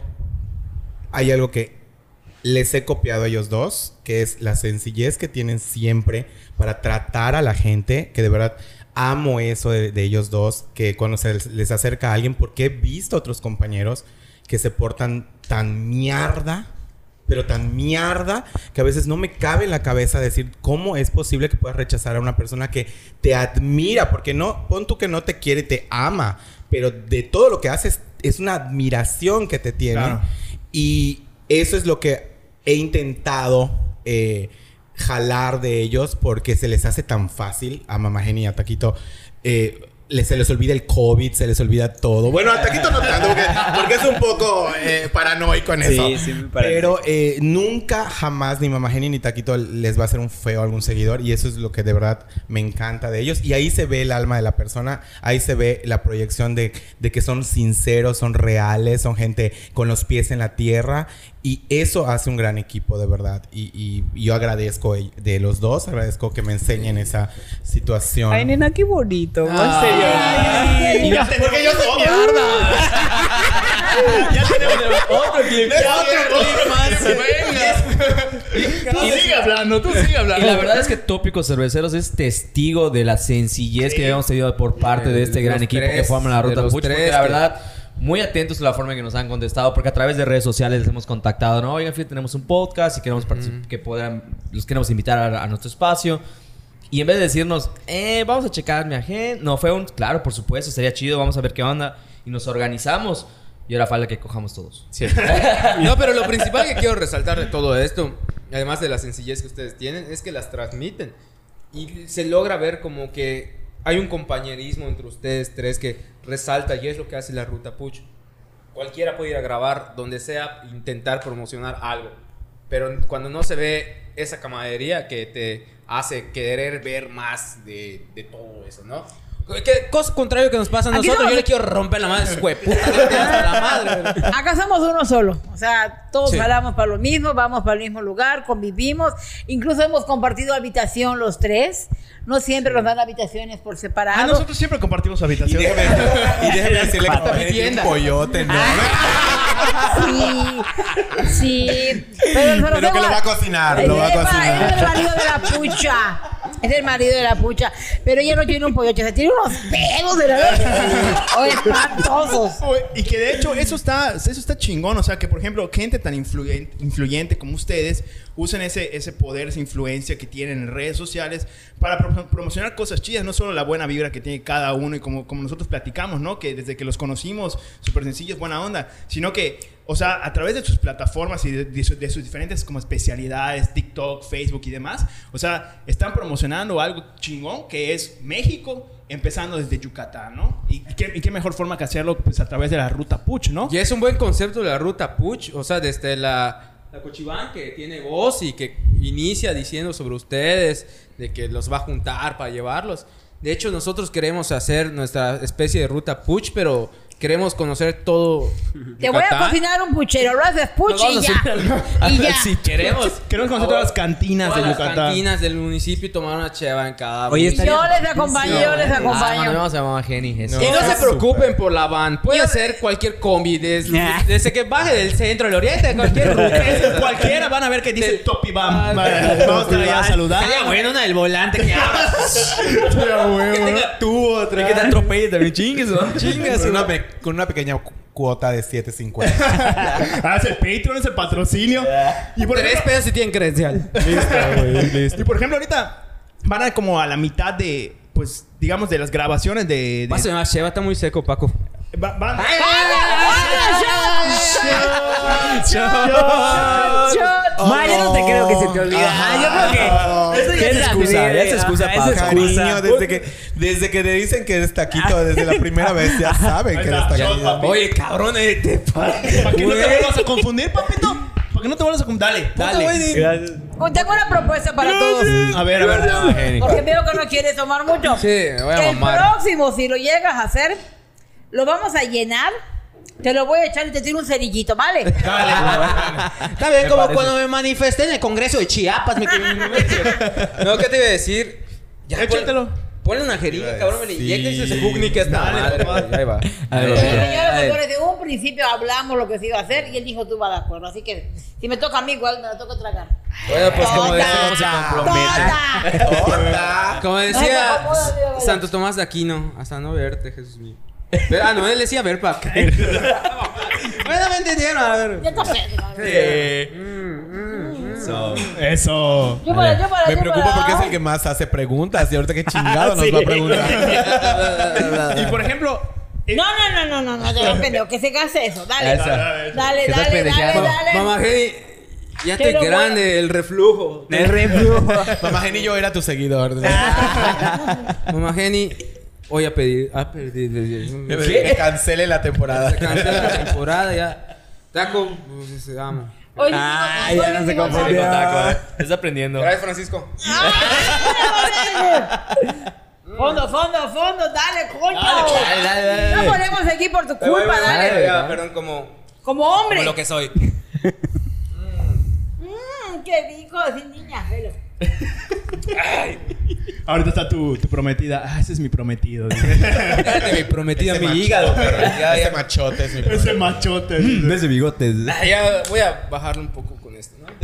hay algo que les he copiado a ellos dos, que es la sencillez que tienen siempre para tratar a la gente, que de verdad... Amo eso de, de ellos dos, que cuando se les, les acerca a alguien, porque he visto a otros compañeros que se portan tan mierda, pero tan mierda, que a veces no me cabe en la cabeza decir cómo es posible que puedas rechazar a una persona que te admira, porque no, pon tú que no te quiere, te ama, pero de todo lo que haces es una admiración que te tiene. Claro. Y eso es lo que he intentado eh, jalar de ellos porque se les hace tan fácil a Mama Jenny y a Taquito eh, le- se les olvida el COVID, se les olvida todo. Bueno, a Taquito no tanto, porque, porque es un poco eh, paranoico en Sí, eso. sí, muy paranoico. Pero eh, nunca, jamás, ni Mama Geni ni Taquito les va a hacer un feo a algún seguidor. Y eso es lo que de verdad me encanta de ellos. Y ahí se ve el alma de la persona. Ahí se ve la proyección de, de que son sinceros, son reales, son gente con los pies en la tierra. Y eso hace un gran equipo, de verdad. Y, y- y yo agradezco de los dos, agradezco que me enseñen esa situación. Ay, nena, qué bonito. En Ah. serio. Y ya tenemos Porque yo soy otro- mierda. Ya tenemos Otro clip. otro clip más. Tú sigue hablando, tú sigue Y hablando. la verdad es que Tópicos Cerveceros es testigo de la sencillez que hemos tenido por parte de este De gran los equipo que tres, forma la de Ruta los Puch. Porque tres la que- verdad, muy atentos a la forma en que nos han contestado, porque a través de redes sociales les hemos contactado, ¿no? Oigan, fíjate, tenemos un podcast y queremos particip- que puedan, los queremos invitar a, a nuestro espacio. Y en vez de decirnos, eh, vamos a checar mi agenda, no, fue un, claro, por supuesto, sería chido, vamos a ver qué onda. Y nos organizamos. Y ahora falta que cojamos todos. Sí. No, pero lo principal que quiero resaltar de todo esto, además de la sencillez que ustedes tienen, es que las transmiten. Y se logra ver como que hay un compañerismo entre ustedes tres que resalta y es lo que hace la Ruta Puch. Cualquiera puede ir a grabar donde sea, intentar promocionar algo. Pero cuando no se ve esa camaradería que te hace querer ver más de, de todo eso, ¿no? ¿Qué cosa contrario que nos pasa a Aquí nosotros? somos- Yo le quiero romper la madre, hueputa, hasta la madre. Acá somos uno solo. O sea, todos Sí. jalamos para lo mismo, vamos para el mismo lugar, convivimos. Incluso hemos compartido habitación los tres. No siempre nos dan habitaciones por separado. Ah, nosotros siempre compartimos Y habitación. déjeme, y déjeme decirle que Para también mi tiene un tienda. pollote, ¿no? Sí, sí. Pero, Pero que lo va a cocinar, Es lo va a el ma- cocinar. Es el marido de la pucha. Es el marido de la pucha. Pero ella no tiene un pollo, o sea, tiene unos pelos de la o espantosos. Uy, Y que de hecho eso está, eso está chingón. O sea, que por ejemplo, gente tan influyente, influyente como ustedes usen ese, ese poder, esa influencia que tienen en redes sociales para pro- promocionar cosas chidas. No solo la buena vibra que tiene cada uno y como, como nosotros platicamos, ¿no? Que desde que los conocimos, súper sencillos, buena onda. Sino que, o sea, a través de sus plataformas y de, de su- de sus diferentes como especialidades, TikTok, Facebook y demás, o sea, están promocionando algo chingón que es México, empezando desde Yucatán, ¿no? Y, y qué, y qué mejor forma que hacerlo pues a través de la Ruta Puch, ¿no? Y es un buen concepto de la Ruta Puch, o sea, desde la, la Cochibán que tiene voz y que inicia diciendo sobre ustedes, de que los va a juntar para llevarlos. De hecho, nosotros queremos hacer nuestra especie de Ruta Puch, pero queremos conocer todo Te voy a Yucatán. cocinar un puchero, lo haces puch y Nos ya. vamos a Y ya. Si queremos. Queremos conocer todas las cantinas Todas de las Yucatán. cantinas del municipio y tomar una cheva en cada Oye, municipio. Yo les acompaño, yo les Ah, nos acompaño. vamos a llamar Jenny. eso. Y no se Súper. preocupen por la van. Puede ser cualquier combi. Desde, Nah. desde que baje del centro del oriente, de cualquier ruta. Cualquiera van a ver que dice Del- Topi Bam. Ah, Vamos a estar allá a saludar. Sería bueno una del volante que abra. Que tenga tubo Y atrás. que te atropelle también, chingues, ¿no? Chingas, con una, pe- con una pequeña cu- cuota de siete cincuenta. Ah, es el Patreon, es el patrocinio. Y por Tres ejemplo, pesos si tienen credencial. y por ejemplo, ahorita van a como a la mitad de, pues, digamos, de las grabaciones de... de Pásame más cheva, está muy seco, Paco. va- van, Mario, no te creo que se te olvida. Ah, yo creo que... Eso Ya es excusa, ya es excusa, Ajá, Paco. es excusa. Cariño, desde que, desde que te dicen que eres taquito, desde la primera vez ya saben que eres Ahí está, taquito. shot, papi. Oye, cabrón, eh, te ¿Para que no te vuelvas a confundir, papito? ¿Para que no te vuelvas a confundir? Dale, dale. Gracias. Oh, tengo una propuesta para todos. A ver, a ver. Porque veo que no quieres tomar mucho. Sí, me voy a El mamar. próximo, si lo llegas a hacer, lo vamos a llenar. Te lo voy a echar y te tiro un cerillito, ¿vale? Está bien, como cuando me manifesté en el Congreso de Chiapas. Me... no, ¿qué te iba a decir? Ya, Échatelo. pon- Ponle una jeringa, cabrón, me le Sí. inyecta ese Sputnik esta Dale, madre. papá. Ahí va. A ver, Pero a ver. señores, doctores, desde un principio hablamos lo que se iba a hacer y él dijo tú vas de acuerdo. Así que si me toca a mí, igual me la toca tragar. Bueno, pues como Tonta. decía, cómo se compromete. ¡Tonta! Hola. Como Ay, decía por favor, Dios, Dios. Santo Tomás de Aquino, hasta no verte, Jesús mío. Ver- ah, no, él decía ver para acá. Bueno, me entendieron, a ver. Ya está bien. Eso. Yo para, yo para, Me yo preocupa para. porque es el que más hace preguntas y ahorita que chingado nos va a preguntar. Y por ejemplo... eh, No, no, no, no, no, no, no, pendejo, que se gase eso. Dale. Eso. Dale, Que dale, estás dale, dale, pendejeando. dale. Mamá Jenny, ya Te estoy lo voy a- grande, el reflujo. El reflujo. Mamá Jenny, yo era tu seguidor. Mamá Jenny, Voy a pedir... A pedir Que que cancele la temporada. Se cancela la temporada ya. Taco, pues se llama. Oye, Ah, digo, ya oye, no se digo, confundió. Taco, eh. Estás aprendiendo. Gracias, Francisco. Fondo, fondo, fondo, dale, coño. Dale, dale, dale. No ponemos aquí por tu culpa, dale. Ya, perdón, como... Como hombre. Como lo que soy. Mmm, qué rico, sin niña, velo. Ahorita está tu, tu prometida. Ah, ese es mi prometido. Fíjate, mi prometida, mi hígado, pero ya, Ese ya, machote es mi Ese prometido. machote. Ese bigotes. Ah, ya voy a bajarle un poco con esto, ¿no?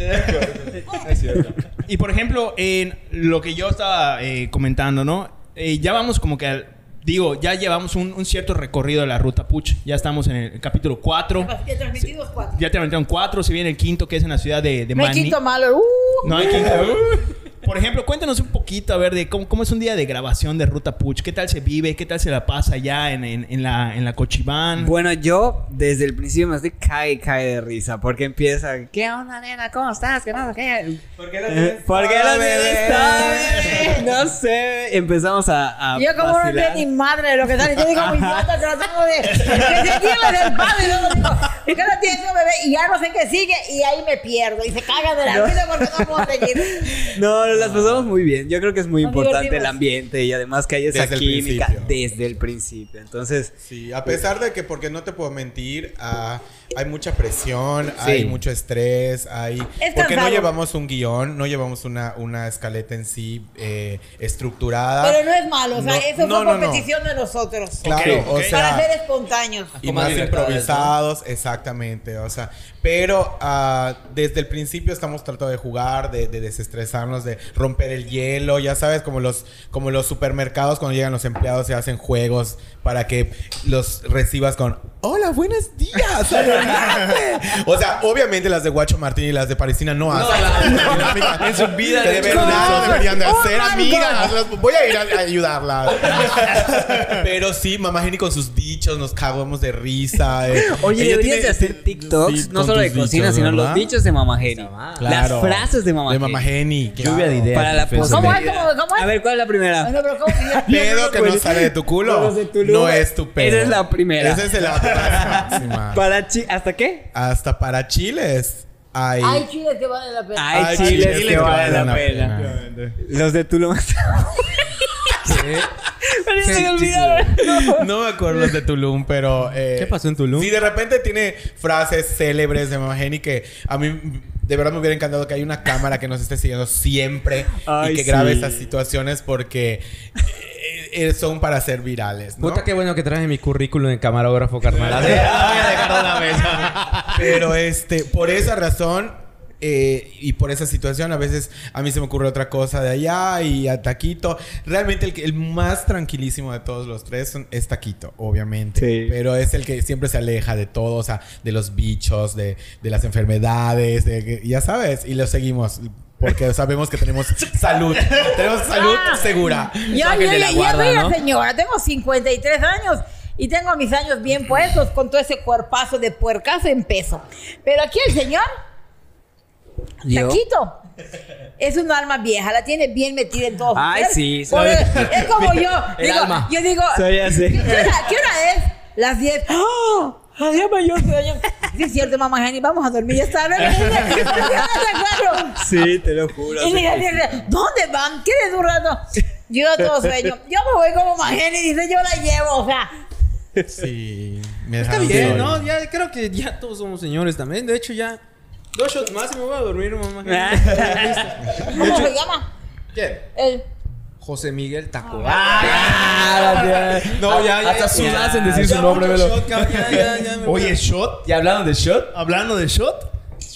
Es cierto. Y por ejemplo, en lo que yo estaba eh, comentando, ¿no? Eh, ya vamos como que al... Digo, ya llevamos un, un cierto recorrido de la ruta Puch. Ya estamos en el capítulo cuatro. Ya transmitidos cuatro. Ya te transmitieron cuatro. Se viene el quinto, que es en la ciudad de, de No hay Mani. quinto malo. Uh, No hay quinto. Por ejemplo, cuéntanos un poquito, a ver, de cómo, cómo es un día de grabación de Ruta Puch. ¿Qué tal se vive? ¿Qué tal se la pasa ya en, en, en la, en la Cochibán? Bueno, yo desde el principio me estoy cae y cae de risa porque empieza, ¿qué onda, nena? ¿Cómo estás? ¿Qué no sé qué? ¿Por qué lo Eh, ¿Por qué lo tienes todo? No sé. Empezamos a, a yo como no vacilar. entiendo ni madre de lo que sale. Yo digo, mi idiota tratando de... Que se tire del padre. Y luego digo, ¿y qué no tienes un bebé? Y ya no sé qué sigue. Y ahí me pierdo. Y se caga de la vida porque no puedo seguir. No, nos las pasamos muy bien. Yo creo que es muy Nos importante divertimos. el ambiente y además que hay esa Desde el química principio. desde el principio. Entonces, Sí, a pesar de que, porque no te puedo mentir, ah, hay mucha presión, Sí. hay mucho estrés, hay... Es porque no cansado. llevamos un guión, no llevamos una, una escaleta en sí eh, estructurada. Pero no es malo. O sea, No, eso no, fue no, no. competición de nosotros. Claro, Ok, o ok. sea... Para ser espontáneos. Y Con más más libertades, improvisados, exactamente, o sea, pero ah, desde el principio estamos tratando de jugar, de, de desestresarnos, de romper el hielo, ya sabes, como los, como los supermercados cuando llegan los empleados se hacen juegos para que los recibas con hola, buenos días, adelante". O sea, obviamente las de Guacho Martín y las de Parisina no hacen esa dinámica. En su vida que de de hecho, verdad no. deberían de Oh hacer my amigas. Las- voy a ir a, a ayudarlas. Pero sí, mamá Jenny con sus dichos nos cagamos de risa. eh. oye, Ella deberías tiene- de hacer TikToks, sí, no con solo de tus cocina, dichos, sino ¿verdad? los dichos de Mamá Jenny. Claro. Las frases de Mamá De Jenny. mamá Jenny. Lluvia de ideas. Para la Fefes. ¿Cómo es? posteridad. ¿Cómo- cómo es? A ver, ¿cuál es la primera? Bueno, pero ¿cómo? Pedo que no sale de tu culo. Los de Tulum. No es tu pedo. Esa es la primera. Esa es la máxima. Para chi ¿Hasta qué? Hasta para chiles. Hay. Ay, chiles que vale la pena. Ay, Ay, chiles, chiles que vale la pena. Los de Tulum. Pero se me olvidaron. No me acuerdo los de Tulum, pero... eh, ¿Qué pasó en Tulum? Sí, de repente tiene frases célebres de Mamá Jenny que a mí de verdad me hubiera encantado que haya una cámara que nos esté siguiendo siempre Ay, y que grabe sí. esas situaciones porque eh, eh, son para ser virales, ¿no? Puta, qué bueno que traje mi currículum de camarógrafo, carnal. Voy a dejarlo en la mesa. Pero este, por esa razón eh, y por esa situación, a veces a mí se me ocurre otra cosa de allá y a Taquito. Realmente el, que- el más tranquilísimo de todos los tres son- es Taquito, obviamente. Sí. Pero es el que siempre se aleja de todo, o sea, de los bichos, de, de las enfermedades, de, que- ya sabes, y lo seguimos. Porque sabemos que tenemos salud. Tenemos salud Ah. segura. Yo, Ángel yo, de la yo, guarda, yo, ¿no? señora, tengo cincuenta y tres años y tengo mis años bien puestos con todo ese cuerpazo de puercazo en peso. Pero aquí el señor, Yo. Taquito, es un alma vieja, la tiene bien metida en todo. su Ay, ser. sí, Por- soy- es como yo. El digo, alma. Yo digo, Soy así. ¿qué, qué hora, qué hora es? Las diez. ¡Oh! Las diez mayor sueño. Sí, es cierto, mamá Jenny, vamos a dormir. Ya está. ¿No? Claro. Sí, te lo juro. Y le dice, ¿dónde van? ¿Quieres un rato? Yo todo sueño. Yo me voy como Mageni y dice, yo la llevo, o sea. Sí. Me Está dejaron bien, solo. ¿no? Ya creo que ya todos somos señores también. De hecho, ya dos shots más y me voy a dormir, mamá. ¿Cómo se llama? ¿Quién? El... José Miguel Taco. Ah, No, ya, ya. Hasta ya, sudas ya. en decir Ya su nombre, mucho velo. shot, cabrón, ya, ya, ya me voy. Oye, shot. ¿Y hablando de shot? Hablando de shot.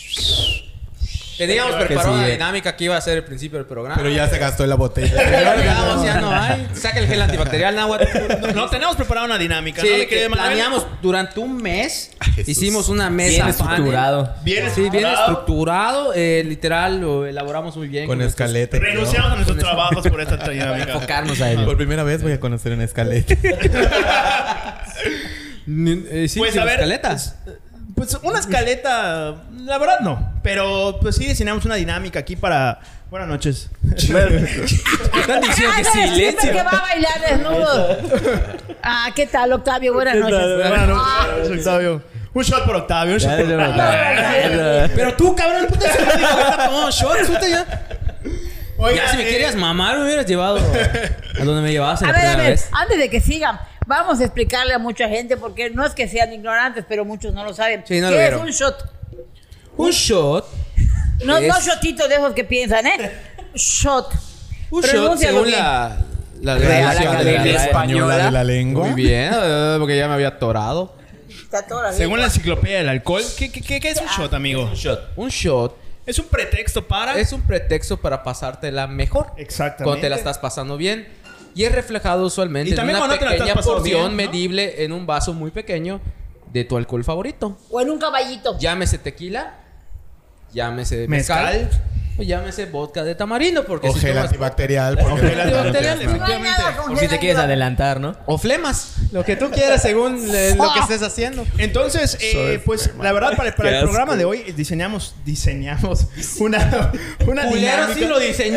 Teníamos Que preparado una sí, eh. dinámica que iba a ser el principio del programa. Pero ya se gastó en la botella. Ya olvidamos, ya no hay. Saca el gel antibacterial, Nahuatl. No, tenemos preparada una dinámica. Sí, ¿no? Me que quedé mal. planeamos durante un mes. Jesús. Hicimos una mesa Bien panel. estructurado. Bien Sí, bien estructurado. estructurado. eh, literal, lo elaboramos muy bien. Con nuestros- escaleta. y todo. Renunciamos a nuestros trabajos por esta dinámica. Enfocarnos a ello. Por primera vez voy a conocer una escaleta. Ni- eh, sí, Pues sin a ver, escaletas. Pues Pues una escaleta, la verdad no. Pero pues sí diseñamos una dinámica aquí para... Buenas noches. Están diciendo que Ah, no, siempre silencio. que va a bailar desnudo. Ah, ¿qué tal, Octavio? Buenas noches. Buenas Ah, noches, Octavio. Un shot por Octavio, un shot por Octavio. Pero tú, cabrón, puta, se me dijo que está tomando shots, puta, ya. Oigan, Ya, si me eh, querías mamar, me hubieras llevado a donde me llevabas en A la ver, a primera ver, vez. antes de que sigan, vamos a explicarle a mucha gente, porque no es que sean ignorantes, pero muchos no lo saben. Sí, no ¿Qué lo es vieron. un shot? Un shot. No, no Es- shotitos de esos que piensan, ¿eh? Shot. Un shot Pronúncialo según bien. la... La Real Academia Academia Española de la lengua. Muy bien, eh, porque ya me había atorado. Está toda la Según la vida. enciclopedia del alcohol, ¿qué, qué, qué, qué es un shot, amigo? Un shot Es un pretexto para... es un pretexto para pasártela mejor. Exactamente. Cuando te la estás pasando bien. Y es reflejado usualmente Y en también una cuando te la estás pequeña pasando porción bien, ¿no? medible en un vaso muy pequeño de tu alcohol favorito. O en un caballito. Llámese tequila, llámese Mezcal. mezcal, o llámese vodka de tamarindo, porque O si gel tomas- antibacterial. O Porque gel antibacterial, No hay nada con O si te gel quieres antibacterial. adelantar, ¿no? o flemas, lo que tú quieras según eh, lo que estés haciendo. Entonces, eh, pues la verdad, para, para Qué el programa asco. de hoy diseñamos, diseñamos una, una Culero dinámica. sí lo diseñé.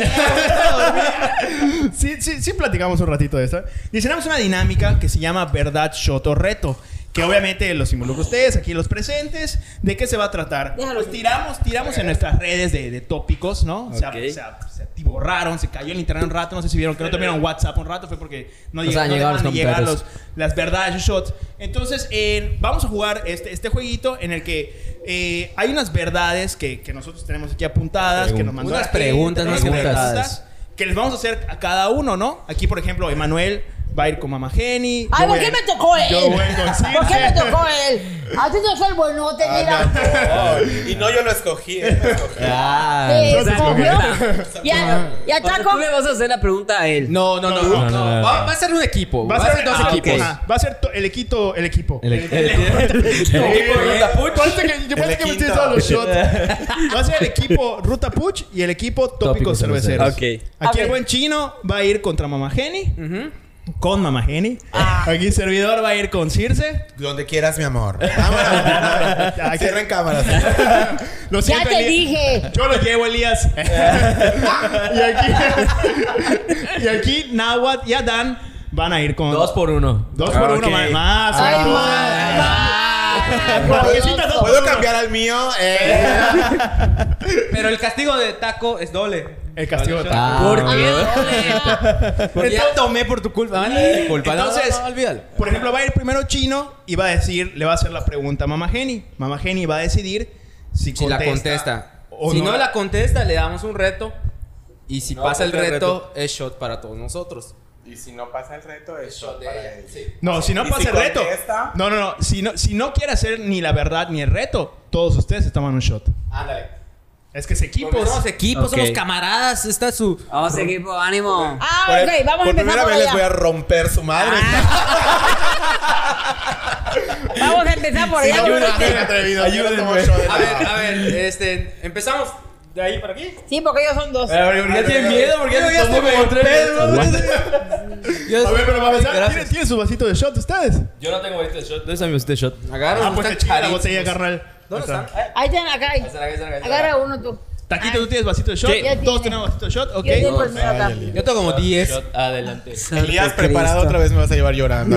Sí, sí, sí platicamos un ratito de esto. Diseñamos una dinámica que se llama Verdad, Shot o Reto. Que obviamente los involucro a ustedes, aquí los presentes. ¿De qué se va a tratar? Déjalo. Pues tiramos, tiramos en nuestras redes de, de tópicos, ¿no? Se, Ok. se, se atiborraron, se cayó el internet un rato. No sé si vieron que no tuvieron WhatsApp un rato. Fue porque no, Nos llegó- han no llegado dejaban los de llegar comentarios. los, las verdades shots. Entonces, eh, vamos a jugar este, este jueguito en el que eh, hay unas verdades que, que nosotros tenemos aquí apuntadas, que nos mandó Unas la gente, preguntas, unas unas preguntas preguntas. que les vamos a hacer a cada uno, ¿no? Aquí, por ejemplo, Emanuel va a ir con Mama Jenny. Ay, Yo ¿por voy qué a- me tocó él? Yo voy con ¿Por qué me Circe. tocó él? A ti te fue el buenote, mira. Y no yo lo escogí. él me escogió. Ah, Eh, entonces, escogió. Ya, ya O sea, taco. tú le vas a hacer la pregunta a él. No, no, no, no, no, no, no, no. Va, va a ser un equipo. Va a ser, dos ah, equipos. ok. Ajá. Va a ser to- el equipo, el equipo. El, El- el- Eh, Ruta Puch. parece que- Yo El parece que me equipo. estoy dando los shots. Va a ser el equipo Ruta Puch y el equipo Tópicos Tópicos Cerveceros. cerveceros. Aquí A el ver. buen chino va a ir contra Mama Jenny. Con Mama Jenny. Aquí servidor va a ir con Circe. Donde quieras, mi amor. Vámonos. Aquí- Cierren cámaras. Lo Ya siento, te Eli- dije. Yo lo llevo, Elías. y aquí, y aquí Nahuatl y Adán van a ir con Dos por uno. dos por uno Ok. más. más Ay, sobre todo. mamá. Marquesitas, dos ¿Puedo por uno. cambiar al mío? Eh. Pero el castigo de taco es doble. El castigo de Ah, ¿Por ok. qué? Porque ya tomé por tu culpa. ¿vale? Eh, Mi culpa. No, entonces, no, no, olvídalo. Por ejemplo, va a ir primero Chino y va a decir, le va a hacer la pregunta a Mama Jenny. Mama Jenny va a decidir si, Si la contesta. o Si no la contesta, le damos un reto. Y si No, pasa el porque el reto, es shot para todos nosotros. Y si no pasa el reto, es shot para él. No, si no ¿Y pasa si el reto. contesta? No, no, no. Si no, si no quiere hacer ni la verdad ni el reto, todos ustedes se toman un shot. Ándale. Es que es equipos. Porque somos equipos, Ok. somos camaradas. Está su. Vamos, equipo, ánimo. Ah, Por, ok, vamos a por empezar primera por vez les voy a allá. romper su madre. Vamos a empezar por Si allá. no, por no, allá. no, atrevido. Ayúdenme. Yo no tomo shot de A ver, nada. a ver, este. Empezamos de ahí para aquí. Sí, porque ellos son dos. Ya tienen miedo porque Yo ya ya tomó estoy como como tres. A ver, pero vamos a Gracias. ¿Tienen, ¿tienen su vasito de shot ustedes? Yo no tengo ahorita shot. ¿Dónde está mi vasito de shot? Agarra. Ah, pues te chinga la botella, carnal. ¿Dónde Ahí están? Ahí están, acá. hay. Agarra uno tú. Taquito, ¿tú tienes vasito de shot? Sí. Ya Todos tiene. tenemos vasito de shot, ok. Yo tengo el mío acá. Yo tengo como diez. Shot, adelante. Elías, preparado otra vez me vas a llevar llorando.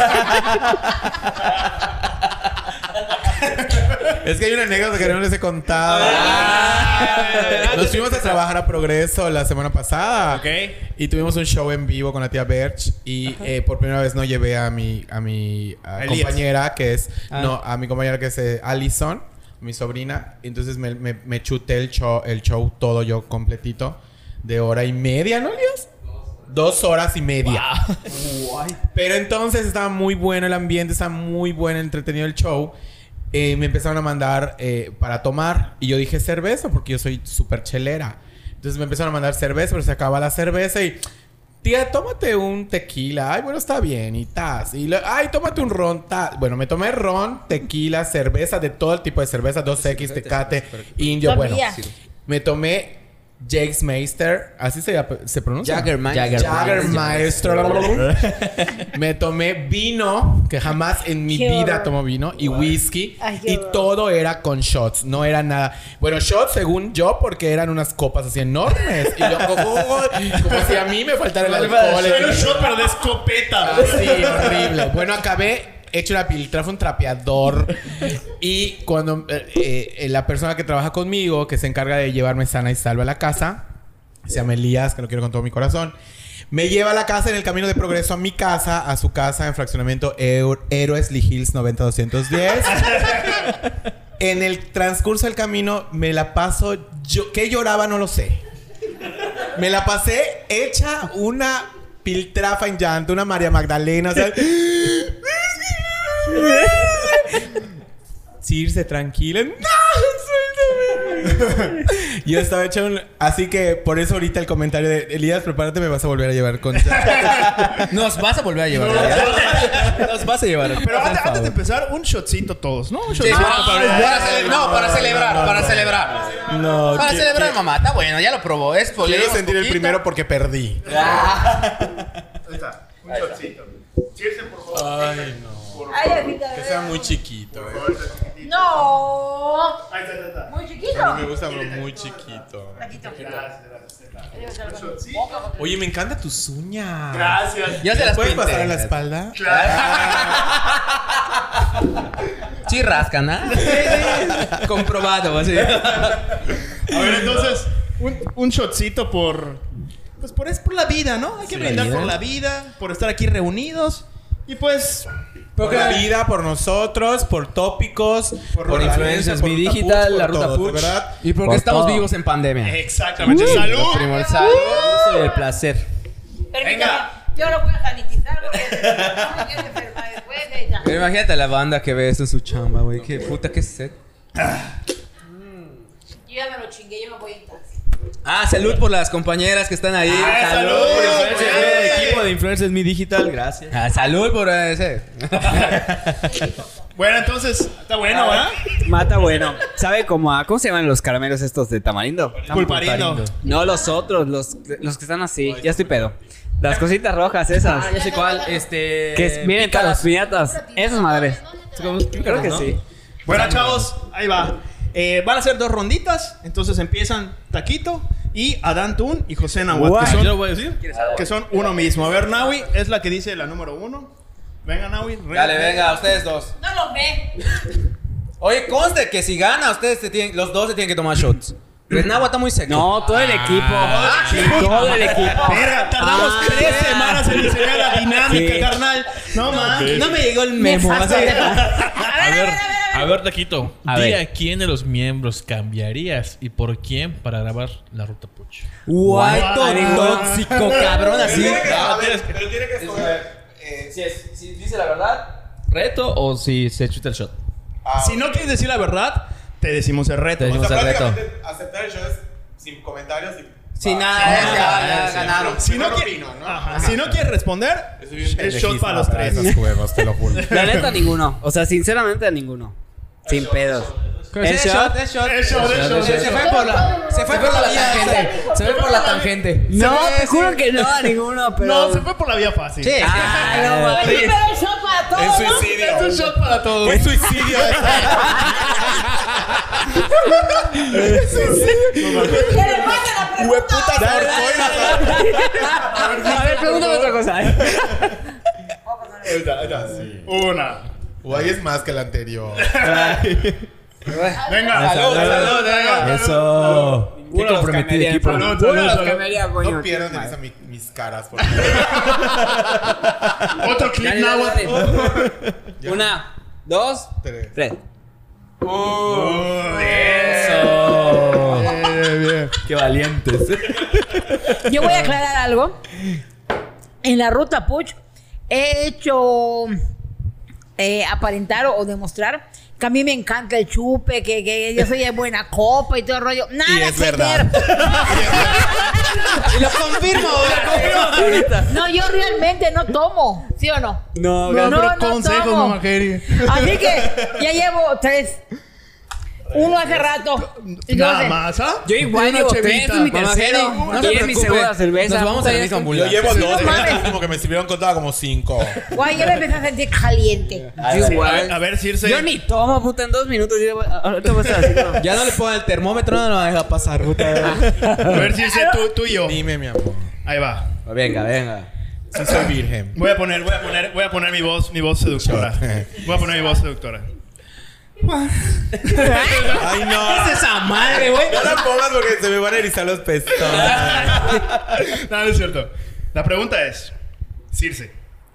Es que hay una anécdota que no les he contado. Nos fuimos a trabajar a Progreso la semana pasada. Ok. Y tuvimos un show en vivo con la tía Berch. Y eh, por primera vez no llevé a mi, a mi a Elías. compañera, que es... Ah. No, a mi compañera que es eh, Allison, mi sobrina. Entonces me, me, me chuté el show, el show todo yo completito. De hora y media, ¿no, Elías? Dos horas y media. Pero entonces estaba muy bueno el ambiente, estaba muy bueno, entretenido el show. Eh, me empezaron a mandar eh, para tomar. Y yo dije cerveza, porque yo soy súper chelera. Entonces me empezaron a mandar cerveza, pero se acaba la cerveza y... Tía, tómate un tequila. Ay, bueno, está bien. Y tas. Y lo- ay, tómate un ron. Tas. Bueno, me tomé ron, tequila, cerveza, de todo el tipo de cerveza. dos equis, Tecate, Indio. Bueno, Sabía. me tomé Jägermeister, así se, se pronuncia. Jägermeister. Jägermeister. Me tomé vino, que jamás en mi Qué vida horror. tomo vino, y whisky. Ay, qué y horror. todo era con shots, no era nada. Bueno, shots según yo, porque eran unas copas así enormes. Y yo, como, como si a mí me faltara el alcohol. Era un shot, pero de escopeta. Así, horrible. Bueno, acabé hecho una piltrafa, fue un trapeador. Y cuando eh, eh, la persona que trabaja conmigo, que se encarga de llevarme sana y salva a la casa, se llama Elías, que lo quiero con todo mi corazón, me lleva a la casa en el camino de progreso a mi casa, a su casa en fraccionamiento Hero- Héroes Lee Hills noventa doscientos diez. En el transcurso del camino me la paso... Yo, ¿qué lloraba? No lo sé. Me la pasé hecha una piltrafa en llanto, una María Magdalena, o sea... Circe, tranquila. ¡No! ¡Suéltame! Yo estaba hecho un... Así que por eso ahorita el comentario de Elías, prepárate, me vas a volver a llevar con... Nos vas a volver a llevar. ¿Ya? Nos vas a llevar. Pero Por antes, antes favor. de empezar, un shotcito todos, ¿no? Un Sí, shotcito para- para... para cele- no, para celebrar, para celebrar. No, Para qui- celebrar, qui- mamá. Está bueno, ya lo probó. Es Quiero sentir el primero porque perdí. Ahí está, un shotcito. Circe, por favor. Ay, no. Ay, Afita, Que sea muy chiquito, eh. No. Ahí está, ahí está. Muy chiquito. A mí me gusta pero muy chiquito. Taquito. Oye, me encantan tus uñas. Gracias. Ya se las ¿Puedes pinté. pasar a la espalda? Sí rascan, ¿ah? Comprobado, así. A ver, entonces, un, un shotcito por... Pues por, es por la vida, ¿no? Hay que brindar vida. por la vida, por estar aquí reunidos. Y pues... Por la vida, por nosotros, por tópicos, por, Por Influencers, Mi Digital, la Ruta Puch. ¿verdad? Y porque Por estamos todo. vivos en pandemia. Exactamente. ¡Salud! Primero el salud, el gusto y el placer. Permítame, Venga. yo lo voy a sanitizar porque no me quiero enfermar después de ella. Pero imagínate la banda que ve eso en su chamba, güey. Qué puta, qué sed. Yo ya me lo chingué, yo me voy en taxi. Ah, salud por las compañeras que están ahí. Ah, salud, por Influencers, güey. el equipo de Influencers Mi Digital, gracias. Ah, salud por ese. Bueno, entonces, está bueno, ¿verdad? Mata bueno. ¿Sabe cómo a... ¿Cómo se llaman los caramelos estos de tamarindo? Pulparindo. No, los otros, los, los que están así. Ya estoy pedo. Las cositas rojas esas. Ah, ya sé cuál, este... Que vienen para las piñatas. Esas madres. Creo que sí. Bueno, chavos, ahí va. Eh, van a ser dos ronditas. Entonces empiezan Taquito y Adán Tun y José Nahuatl. Guay. Que ¿Yo son, lo voy a decir? que son uno mismo. A ver, Nahui es la que dice la número uno. Venga, Nahui. Dale, venga, ustedes dos. No lo ve. Oye, conste que si gana, ustedes se tienen, los dos se tienen que tomar shots. El Nahua está muy seco. No, todo el equipo. Todo el equipo. Verga, tardamos Ah. tres semanas en diseñar la dinámica, Sí. carnal. No, man. No me llegó el memo. así. A ver, a ver, Taquito. A Di ver. a quién de los miembros cambiarías y por quién para grabar la Ruta Puch. Guay, Guay. tóxico, cabrón, así. A ver, pero tiene que escoger. eh, Si, es- si dice la verdad, reto o si se chuta el shot. ah, Si no quieres decir la verdad, te decimos el reto. Te o decimos sea, el reto. prácticamente aceptar el show es sin comentarios y... Sin va. nada, Sí, ya, ya, ya sí. ganaron. Si no, Mejor quie- opino, ¿no? Ajá. Si no quieres responder, Soy bien es shot pendejista para los para tres. esos juegos, te lo juro. La neta, ninguno. O sea, sinceramente, a ninguno. Sin pedos. Es ¿El shot? es shot. Es shot, es shot, Se, es se shot. fue por la, se fue por la tangente. Se fue por la tangente. No, Se fue, te juro sí. que no a ninguno, pero... No, se fue por la vía fácil. Sí. Ah, no, Pero mames. el shot para todos, Es ¿no? suicidio. Es un shot para todos. Es suicidio. Que le mande la pregunta. Hueputa se ahorcó y la- A ver, pregúntame otra cosa. Ahí está, ahí está, sí. Una. Guay es más que el anterior. Venga. Salud, salud, venga. Eso. Qué Uno los comprometido cambiaría, equipo. Uno Salud, salud, los salud. cambiaría, coño. No pierdan de vista mi- mis caras, por favor. Otro clip, Dale, dale, Nahuatl. dale. Una, dos, Tres. tres. Eso. Bien, bien. Qué valientes. Yo voy a aclarar algo. En la ruta Puch he hecho eh, aparentar o demostrar que a mí me encanta el chupe, que, que yo soy de buena copa y todo el rollo. Nada Y es que verdad. ver. Y lo confirmo, lo confirmo ahorita. No, yo realmente no tomo, ¿sí o no? No, No, No, pero no consejos, tomo. mamá Jerry. Así que ya llevo tres. Uno hace rato. Y Nada entonces, más, ¿ah? Yo igual Una llevo tres, chevita. este es mi Mamá tercero. Jenny, no se y es mi preocupe. segunda cerveza. Nos vamos a la Puta, misma ya- Yo ambulancia. llevo Sí, dos, no mames. como que me sirvieron contada como cinco. guay, ya me empecé a sentir caliente. Yo A ver, igual. a ver, Circe. Yo ni tomo, puta, en dos minutos. Yo voy- ahorita voy a estar así como- Ya no le pongo el termómetro, no lo va a dejar pasar, puta. A ver, Circe, tú, tú y yo. Dime, mi amor. Ahí va. Venga, venga. Sí soy virgen. Voy a poner, voy a poner, voy a poner mi voz, mi voz seductora. Voy a poner mi voz seductora. Ay, no. ¿Qué es esa madre, güey? No la pongas porque se me van a erizar los pestones. No, no es cierto. La pregunta es, Circe.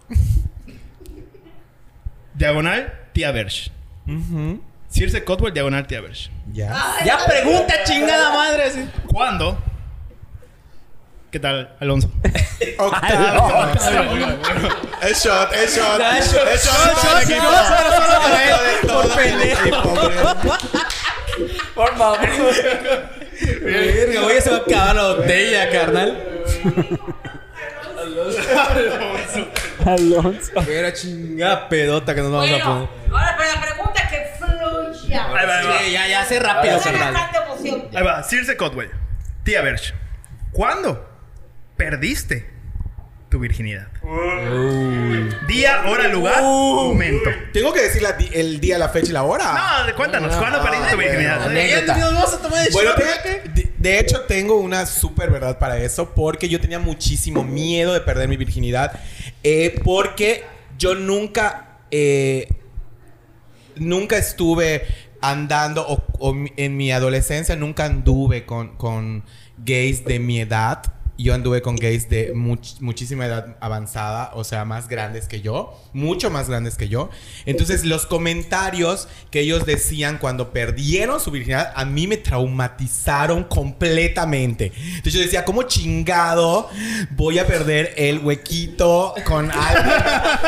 Diagonal Tía Bersh. Circe Cotwell, diagonal Tía Bersh. Ya. Ya pregunta, chingada madre. sí. ¿Cuándo? ¿Qué tal, Alonso? Octavo. Es shot, es shot. Es shot, es shot. shot, equipo. shot, solo, solo para él, De todo por el pendejo. equipo, hombre. Por favor. Verga, güey, se va a acabar la botella, carnal. Alonso. Era chingada pedota que nos vamos a poner. Bueno, ahora para la pregunta que fluya. Ahí va, ahí va. Sí, ya, ya, sé rápido, Ahora carnal. tanta emoción. Ahí va, Circe Cotwell. Tía Bersh. ¿Cuándo perdiste tu virginidad? Día, hora, lugar, momento. Tengo que decir la di- el día, la fecha y la hora. No, cuéntanos, ¿cuándo perdiste tu virginidad? Anécdota. Nos vamos a tomar el Bueno, shot, te- de, de hecho tengo una súper verdad para eso porque yo tenía muchísimo miedo de perder mi virginidad eh, porque yo nunca eh, nunca estuve andando o, o mi- en mi adolescencia nunca anduve con, con gays de mi edad. Yo anduve con gays de much- muchísima edad avanzada, o sea, más grandes que yo, mucho más grandes que yo. Entonces, los comentarios que ellos decían cuando perdieron su virginidad, a mí me traumatizaron completamente. Entonces, yo decía, ¿cómo chingado voy a perder el huequito con alguien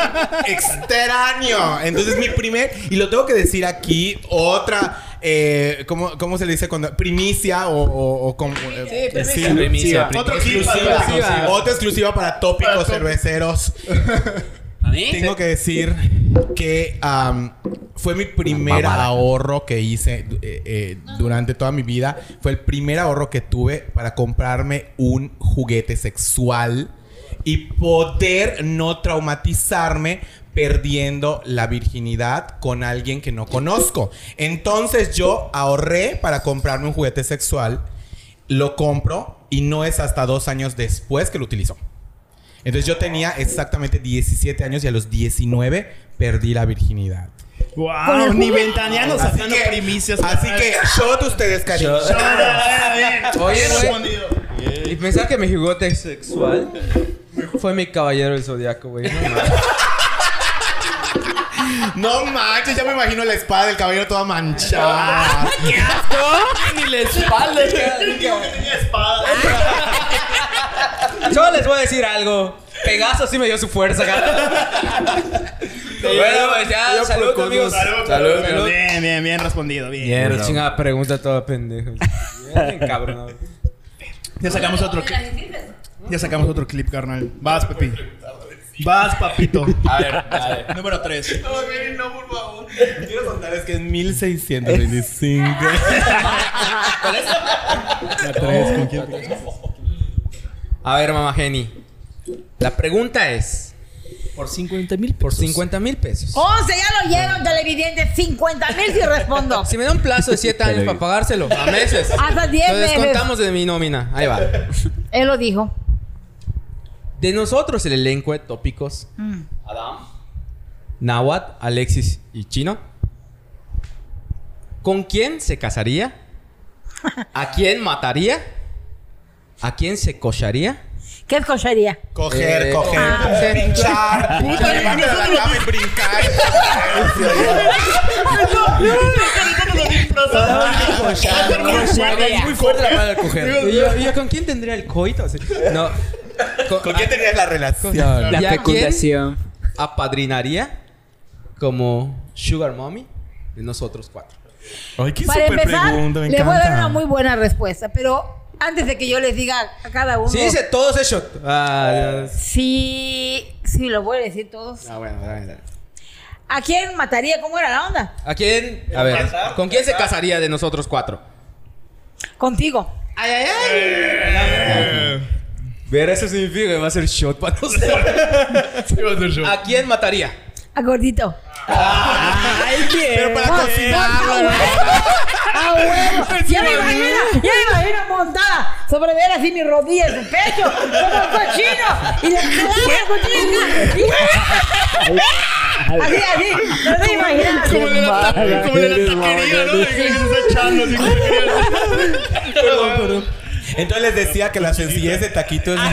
extraño? Entonces, mi primer, y lo tengo que decir aquí, otra... Eh, ¿cómo, ¿Cómo se le dice cuando? Primicia o... o, o como, eh, primicia. Primicia. Otro clip exclusiva, para- otra exclusiva para tópicos cerveceros. ¿A mí? Tengo que decir que am, fue mi primer ahorro que hice eh, eh, durante toda mi vida. Fue el primer ahorro que tuve para comprarme un juguete sexual y poder no traumatizarme perdiendo la virginidad con alguien que no conozco. Entonces yo ahorré para comprarme un juguete sexual, lo compro y no es hasta dos años después que lo utilizo. Entonces yo tenía exactamente diecisiete años y a los diecinueve perdí la virginidad. Wow, ni ventaneando Así sacando que, primicias. así que shot ustedes, cariño. Shot. Bien, Oye, bien güey. respondido. Y pensar que mi juguete sexual fue mi caballero del zodiaco, güey. No, mames. No manches, ya me imagino la espada del caballero toda manchada. Ni la espalda. Tenía espada. Solo les voy a decir algo. Pegaso sí me dio su fuerza, cara. Bueno, pues ya, salud, amigos. Salud, Salud, salud. salud. Bien, bien, bien respondido. Bien. Bien, la chingada pregunta toda pendeja. Bien, cabrón. Ya sacamos otro clip. Ya sacamos otro clip, carnal. Vas, Pepi. Vas, papito. A ver, dale. Número tres. No, Kevin, no, por favor. Quiero contarles que es mil seiscientos veinticinco. La tres, ¿con quién te casas? A ver, mamá Jenny. La pregunta es: Por cincuenta mil por cincuenta mil pesos. once, ya lo llevan televidentes. cincuenta mil si respondo. Si me da un plazo de siete años para pagárselo, a meses. Hasta diez Lo meses. descontamos de mi nómina. Ahí va. Él lo dijo. De nosotros, el elenco de tópicos: Mm. Adam, Nahuatl, Alexis y Chino. ¿Con quién se casaría? ¿A quién mataría? ¿A quién se cocharía? ¿Qué es cochería? Coger, Eh, coger, ah, sí. pinchar, levarte de la cama y brincar. Muy fuerte la palabra coger. ¿Y yo, y yo con quién tendría el coito? Así. No. Con, ¿Con quién tenías la relación? La ¿Y a quién fecundación. apadrinaría como Sugar Mommy de nosotros cuatro? Ay, qué Para súper empezar, pregunta, me le voy a dar encanta. una muy buena respuesta, pero antes de que yo les diga a cada uno. Sí, dice todos esos. Ah, Sí, sí, lo voy a decir todos. ah, bueno, dale, dale. ¿A quién mataría? ¿Cómo era la onda? ¿A quién? A ver, ¿con quién se casaría de nosotros cuatro? Contigo. Ay, ay, ay. Ver, eso significa que va a ser shot para nosotros. Sí, va a ser yo. ¿A quién mataría? A Gordito. Ay, ¿quién? Pero para cocinarlo. ¡Ah, huevo! Ya me imagino, ya me imagino montada sobre él así mi rodilla en su pecho, como un cochino. Y le jalaba el cochino. Así, así. No te imaginas. Como de la, ta- como de la taquería, ¿no? De que se está echando así. Perdón, perdón. Entonces les decía que la sencillez de taquito es...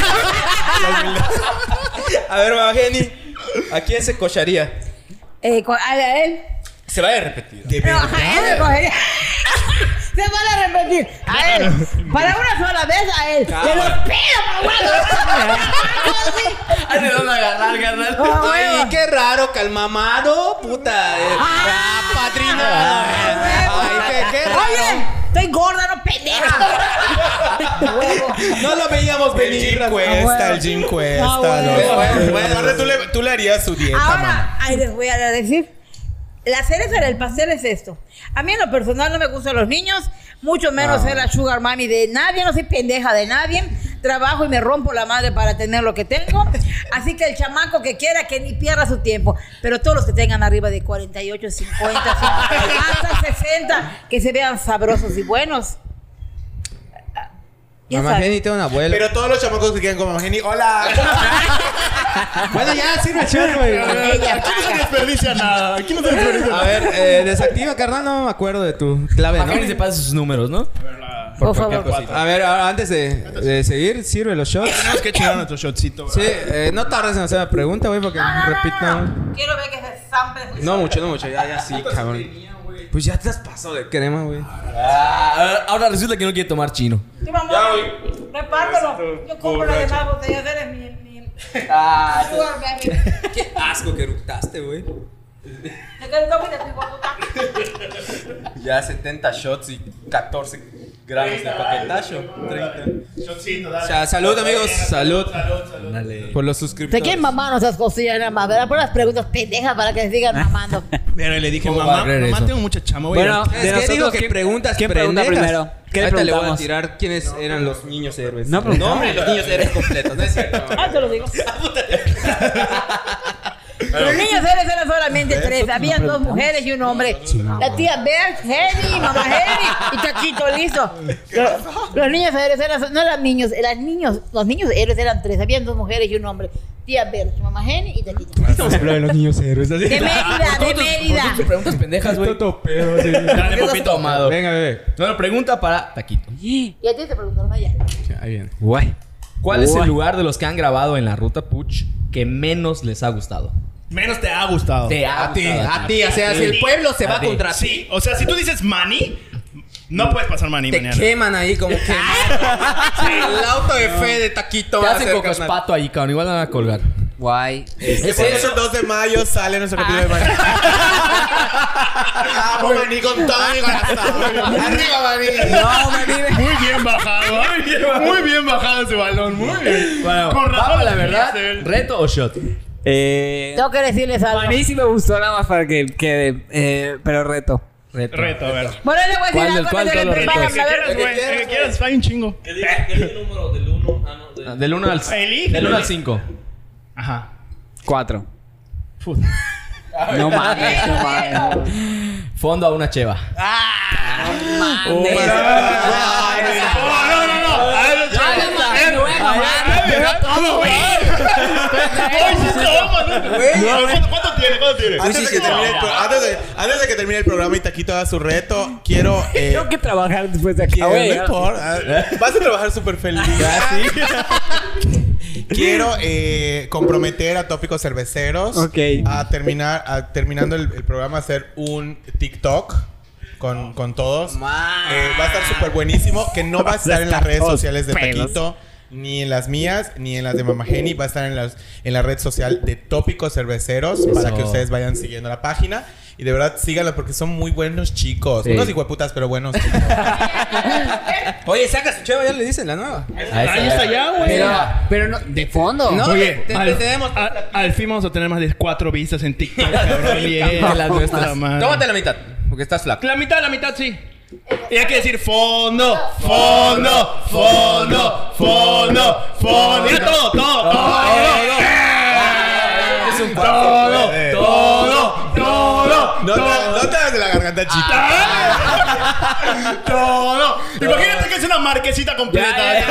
A ver, Mama Jenny, ¿a quién se cocharía? Eh, con- a él. Se va a repetir. De No, verdad. a él me cogería. Se van a repetir. A él. Para una sola vez, a él. De los pelos, Ay, ¿de dónde agarrar, carnal? Ah, Ay, huevo. qué raro que al mamado, puta. eh, ah, padrino. Ay, qué, qué raro. Oye, estoy gorda, no pendeja. Huevo. No lo veíamos El venir. gym cuesta, el gym cuesta. Ah, bueno. ¿no? Bueno, bueno. Aparte, tú le, tú le harías su dieta, Ahora, mamá. ahí les voy a decir. La cereza del pastel es esto. A mí en lo personal no me gustan los niños, mucho menos ser la sugar mami de nadie, no soy pendeja de nadie. Trabajo y me rompo la madre para tener lo que tengo. Así que el chamaco que quiera que ni pierda su tiempo. Pero todos los que tengan arriba de cuarenta y ocho, cincuenta, hasta sesenta, que se vean sabrosos y buenos. Ya Mamá sabes. Jenny tiene una abuela. Pero todos los chamacos que quieran con Mamá Jenny, ¡hola! Bueno, ya, sirve el shot, güey. Ella Aquí no se paga. desperdicia nada. Aquí no se desperdicia A nada. ver, eh, desactiva, carnal. No me acuerdo de tu clave, Mama Jenny se ¿no? pasa sus números, ¿no? Por favor. A ver, ahora, antes de, de seguir, sirve los shots. Tenemos que chingar nuestro shotcito. Sí, eh, no tardes en hacer la pregunta, güey, porque No, no, no, no, repitan. no. Quiero ver que se zampe. No mucho, no mucho. Ya, ya sí, cabrón. Pues ya te has pasado de crema, güey. Ah, ahora resulta que no quiere tomar chino. Sí, mamá, repártelo. Yo compro las demás botellas, eres mi... mi Ah, sugar baby. qué asco que eructaste, güey. Te quedas todo de tu hijo puta. Ya setenta shots y catorce gramos de paquetazo. treinta. Shotcito, O dale. sea, salud, amigos. Salud. Salud, salud. Dale. Por los ¿De suscriptores. quién mamá esas cosillas nada más? ¿Verdad? Por las preguntas pendejas para que sigan mamando. Mira, le dije, ¿Cómo va a mamá, creer mamá, eso? tengo mucha chama, güey. Bueno, Es de que nosotros, digo que ¿quién- preguntas ¿quién pregunta pendejas. primero? ¿Qué le Ahorita le voy a preguntamos? tirar quiénes eran los niños héroes. No preguntamos. hombre, los niños héroes completos. No es cierto. Ah, te lo digo. Los niños héroes eran solamente tres. Habían dos mujeres y un hombre. La tía Bert, Henny, mamá Henny y Taquito, listo. Los, los niños héroes eran, no eran niños, eran niños. Los niños héroes eran tres. Habían dos mujeres y un hombre. Tía Bert, mamá Henny y Taquito. Estamos hablando de los niños héroes. Así. De Mérida, de Mérida. ¿Por qué preguntas pendejas, güey? Pedo, sí. Dale, papito tomado. Venga, bebé. Bueno, pregunta para Taquito. Y a ti te preguntaron allá. Ahí viene. Guay. ¿Cuál es el Guay. lugar de los que han grabado en la ruta Puch que menos les ha gustado? Menos te ha gustado. Te ha A ti, gustado a ti. O sea, si el pueblo se A va ti. contra ti, Sí, o sea, si tú dices money, no puedes pasar money te mañana. queman ahí como que. El auto de fe de Taquito Te va a hacen ser, coco carnal. espato ahí, cabrón. Igual van a colgar. Guay. Es el dos de mayo sale nuestro capítulo de Maní. Vamos, Maní, con todo mi corazón. Arriba, Maní. No, me Muy bien bajado, ¿eh? Muy bien bajado ese balón, muy bien. Bueno, Con razón vamos a la lo verdad. dijiste, él. ¿Reto o shot? Eh, Tengo que decirles algo. a mí sí me gustó nada más para que quede. Eh, pero reto. Reto. Reto, a ver. Bueno, le voy a decir ¿Cuál del algo cuál antes de todos que los preparan, retos? a ver. quieras, güey. El que quieras, hay un chingo. Ah, Del uno al Elige. Del uno al cinco. Ajá. Cuatro. Puta. No mames, no mames. Fondo a una cheva. No, no, no, no. A ver, todo, güey. Ay, sí, toma, ¿no? ¿Cuánto- ¿Cuánto tiene? ¿Cuánto tiene? Antes de, que termine el pro- antes, de, antes de que termine el programa y Taquito haga su reto, quiero. Eh, Tengo que trabajar después de aquí. quiero no importa. Vas a trabajar súper feliz. Quiero eh, comprometer a Tópicos Cerveceros Ok. a terminar, a, terminando el, el programa, hacer un TikTok con, con todos. Eh, va a estar súper buenísimo. Que no va a estar en las redes sociales de Taquito, ni en las mías, ni en las de Mama Jenny. Va a estar en, las, en la red social de Tópicos Cerveceros para que ustedes vayan siguiendo la página. Y de verdad, síganlo porque son muy buenos chicos. Sí. Unos hijueputas, pero buenos chicos. Oye, saca su cheva, ya le dicen la nueva. Ahí está ya, güey. Pero, pero no, de fondo. No, Oye, te- te- al, tenemos- al- al fin vamos a tener más de cuatro vistas en TikTok, cabrón. Bien. Que las nuestras. Madre. Tómate la mitad, porque estás flaco. La mitad, la mitad, sí. Y hay que decir fondo, fondo, fondo, fondo, fondo. Ya todo, todo, todo. Es un Todo, todo, todo, No te, no te hagas de la garganta chica. todo. Imagínate que es una marquesita completa.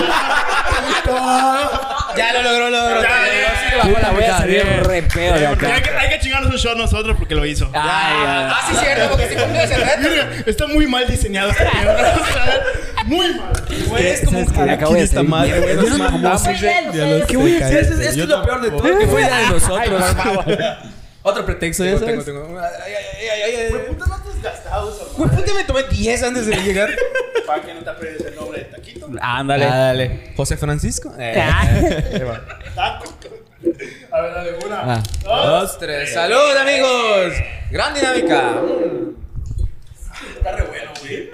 Todo. Ya lo logró, lo logró. Ya, ya, ya. Puta, voy a salir re feo de Y acá. Hay que, hay que chingarnos un shot nosotros porque lo hizo. Ay, ay, Ah, sí, cierto, porque sí cumplió ese reto. Mira, está muy mal diseñado este mierda. O sea, muy mal. Güey, es como ¿sabes qué? Le acabo de esta salir madre, güey. mierda. Nos matamos, Muy bien, güey. ustedes. ¿Qué voy a hacer? Es, es que Yo es lo peor de todo. Que fue idea de nosotros. Otro pretexto, ya Tengo, sabes. tengo, tengo. Ay, ay, ay, ay, ay. Güey, puta, me tomé diez antes de llegar. Para que no te aprendes el nombre de taquito. Ándale. Ah, dale. José Francisco. Eh. Taco. A ver, dale, una. Ah. Dos. Dos, tres. ¡Salud, amigos! Gran dinámica. Está re bueno, güey.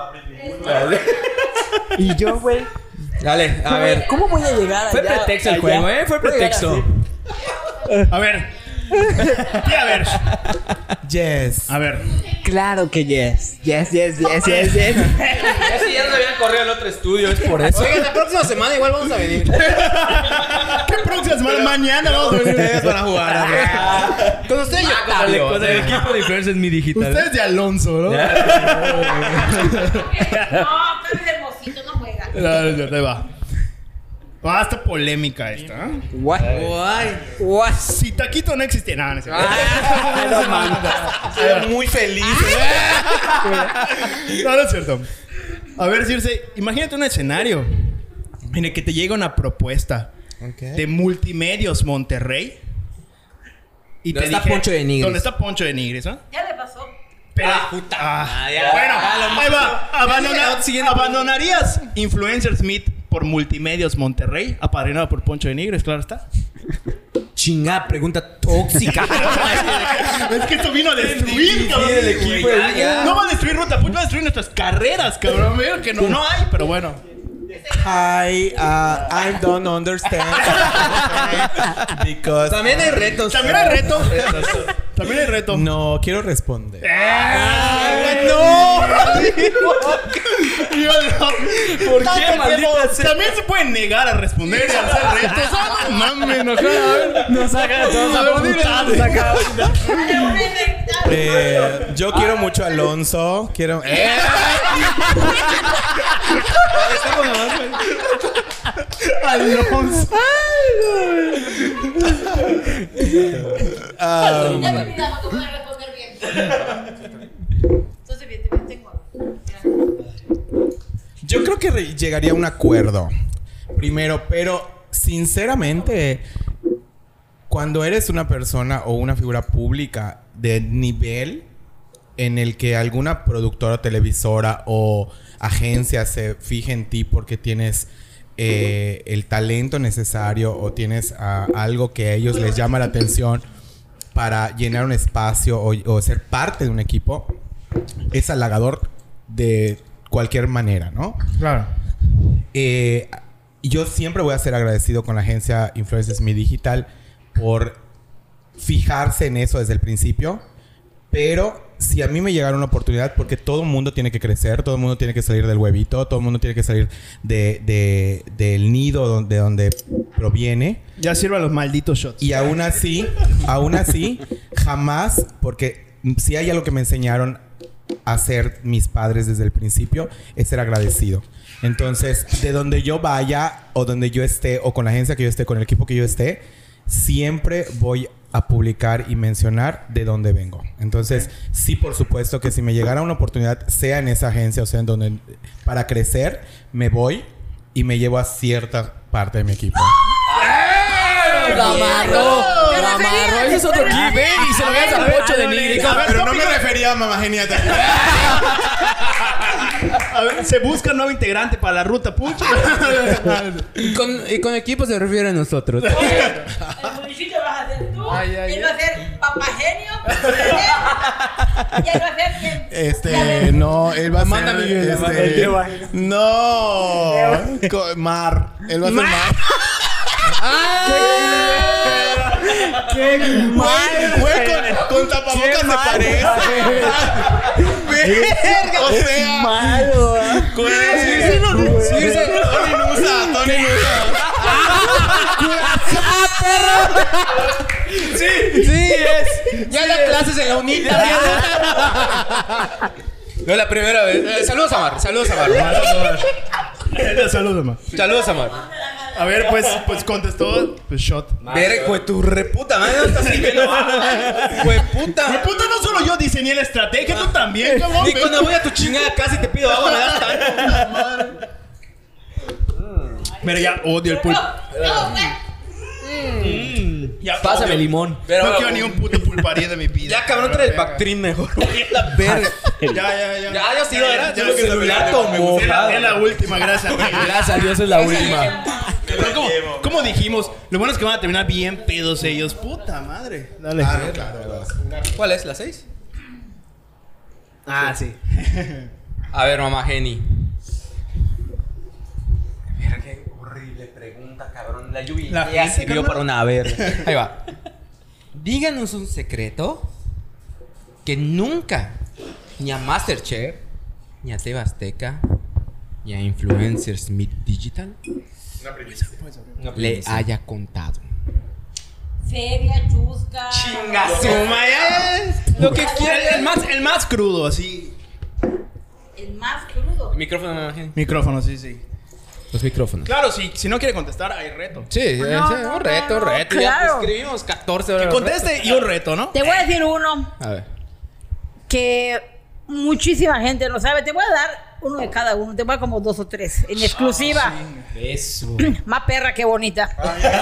Y yo, güey. Dale, a ver. ¿Cómo voy a llegar allá? Fue pretexto el allá? juego, ¿eh? Fue Voy a llegar pretexto. así. A ver. Sí, a ver. Yes. A ver. Claro que yes. Yes, yes, yes, yes, yes. Ya si ya nos habían corrido al otro estudio, es por eso. Oigan, la próxima semana igual vamos a venir. ¿Qué próxima semana? Mañana vamos a venir. Ustedes van a jugar. a Con usted yo Con el, cambio. con el equipo de influencers mi digital. Ustedes de Alonso, ¿no? No, pero es hermosito, no juega. Dale, dale, ahí va. Ah, está polémica esta. ¿eh? What? Guay. What? Si Taquito no existía. No, no es cierto. No mames. Soy muy feliz. No, no es cierto. A ver, Circe, imagínate un escenario en el que te llega una propuesta de Multimedios Monterrey. Y ¿Dónde está Poncho de Nigris? ¿Dónde está Poncho de Nigris, ah? Ya le pasó. Pero, Ah, puta. ah, Ah, ya. bueno, Ah, lo ahí va. Abandona- Ya, siguiente. ¿Abandonarías Influencer Smith por Multimedios Monterrey? Apadrinado por Poncho de Nigris, claro está. Chingada pregunta tóxica. Es que esto vino a destruir, cabrón. el equipo, Ya, ya. No va a destruir Ruta Punch, va a destruir nuestras carreras, cabrón. Veo que no, no hay, pero bueno. I, uh, I don't understand. Because También hay retos. También hay reto. También hay reto. no quiero responder. ¡Eh! ¡No! Yo no. ¿Por qué, maldita sea? También se pueden negar a responder y a hacer retos. ¡Ah, no mames! No, a ver. Nos sacan todos A a ver, dile. putazos acá. Eh, yo quiero mucho a Alonso. Quiero. ¡Eh! Alonso. Ah, Ya me olvidaba cómo responder bien. Entonces, bien, bien, tengo. yo creo que re- llegaría a un acuerdo. Primero, pero sinceramente, cuando eres una persona o una figura pública de nivel en el que alguna productora o televisora o agencia se fije en ti porque tienes eh, el talento necesario o tienes ah, algo que a ellos les llama la atención para llenar un espacio o, o ser parte de un equipo, es halagador de cualquier manera, ¿no? Claro. Eh, yo siempre voy a ser agradecido con la agencia Influencers Me Digital por fijarse en eso desde el principio. Pero si a mí me llegara una oportunidad, porque todo el mundo tiene que crecer, todo el mundo tiene que salir del huevito, todo el mundo tiene que salir de, de- del nido donde, de donde proviene. Ya sirvan los malditos shots. Y aún así, aún así, jamás, porque si hay algo que me enseñaron a hacer mis padres desde el principio, es ser agradecido. Entonces, de donde yo vaya, o donde yo esté, o con la agencia que yo esté, con el equipo que yo esté, siempre voy a publicar y mencionar de dónde vengo. Entonces, sí, por supuesto que si me llegara una oportunidad, sea en esa agencia o sea en donde, para crecer, me voy y me llevo a cierta parte de mi equipo. ¡Lo amarró! ¡Lo amarró! Ese es otro clip, ¿eh? Y se lo veas a Pocho de Nigris. Pero no me refería a Mamá Geniata. A ver, se busca un nuevo integrante para la ruta Pucho. Y con, y con equipo se refiere a nosotros. El municipio vas a ser tú. Ay, ay, Él va a ser Papagenio Ya va a ser que- Este, no, él va a Amanda ser. Miguel, este, Amanda Miguel. no. Co- Mar. Él va a ser Mar. ¡Qué Güey, güey, con, con tapabocas se parece. Verga, o sea. Malo. Con Circe no Circe. Tony Nusa, Tony Nusa. Sí, sí, es. Ya la clases en la unita. No, la primera vez. Eh, saludos a Mar, saludos a Mar. Saludos, ma. Saludos a Mar. A ver, pues, pues contestó. Pues shot. Ver, fue tu reputa madre. ¿Dónde estás sirviendo? Fue puta. Mi puta, no solo yo diseñé la estrategia, tú también, cabrón. Y cuando voy a tu chingada casa y te pido agua, me das tanto. Mira, ya odio el pulpo. Ya Pásame odio. limón. Pero, No quiero ni un puto pulparí de mi vida. Ya, cabrón, trae el Bactrin mejor. La verga. Ya, ya, ya. Ya, ya sí, ¿verdad? Ya, Solo que ya, el celular ya, tomó. Es la, es la última, gracias. Gracias a Dios es la última. Pero como, como dijimos, lo bueno es que van a terminar bien pedos ellos. Puta madre. Dale. Claro, claro. ¿Cuál es? ¿La seis? Ah, sí. A ver, mamá Jenny. Mira qué horrible pregunta, cabrón. La lluvia La ya gente, sirvió carnal. para una verga. Ahí va. Díganos un secreto que nunca, ni a Masterchef, ni a T V Azteca, ni a Influencers Meet Digital le haya contado. Feria, chusca. Chingasuma, ya. Lo que El, quieras. el más, el más crudo, así. El más crudo. Micrófono, mamá Jenny. Micrófono, sí, sí. Los micrófonos. Claro, si, si no quiere contestar, hay reto. Sí, sí, No, sí, no, un reto, no, un no, reto. claro. Ya escribimos catorce Que horas. conteste y un reto, ¿no? Te voy a decir uno A ver. que muchísima gente no sabe. Te voy a dar uno de cada uno. Te voy a dar como dos o tres. En exclusiva. Eso. Más perra que bonita.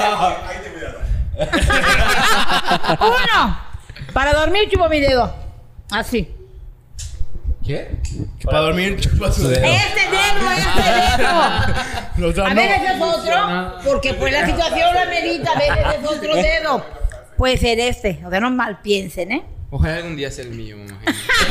Uno. Para dormir chupo mi dedo. Así. ¿Qué? Que para dormir chupa su dedo. Este dedo, este dedo. Los da- A no. ver, ese es otro. Porque pues la situación lo amerita. A ver, ese es otro dedo. Puede ser este. O sea, no mal piensen, ¿eh? Ojalá algún día sea el mío, mamá.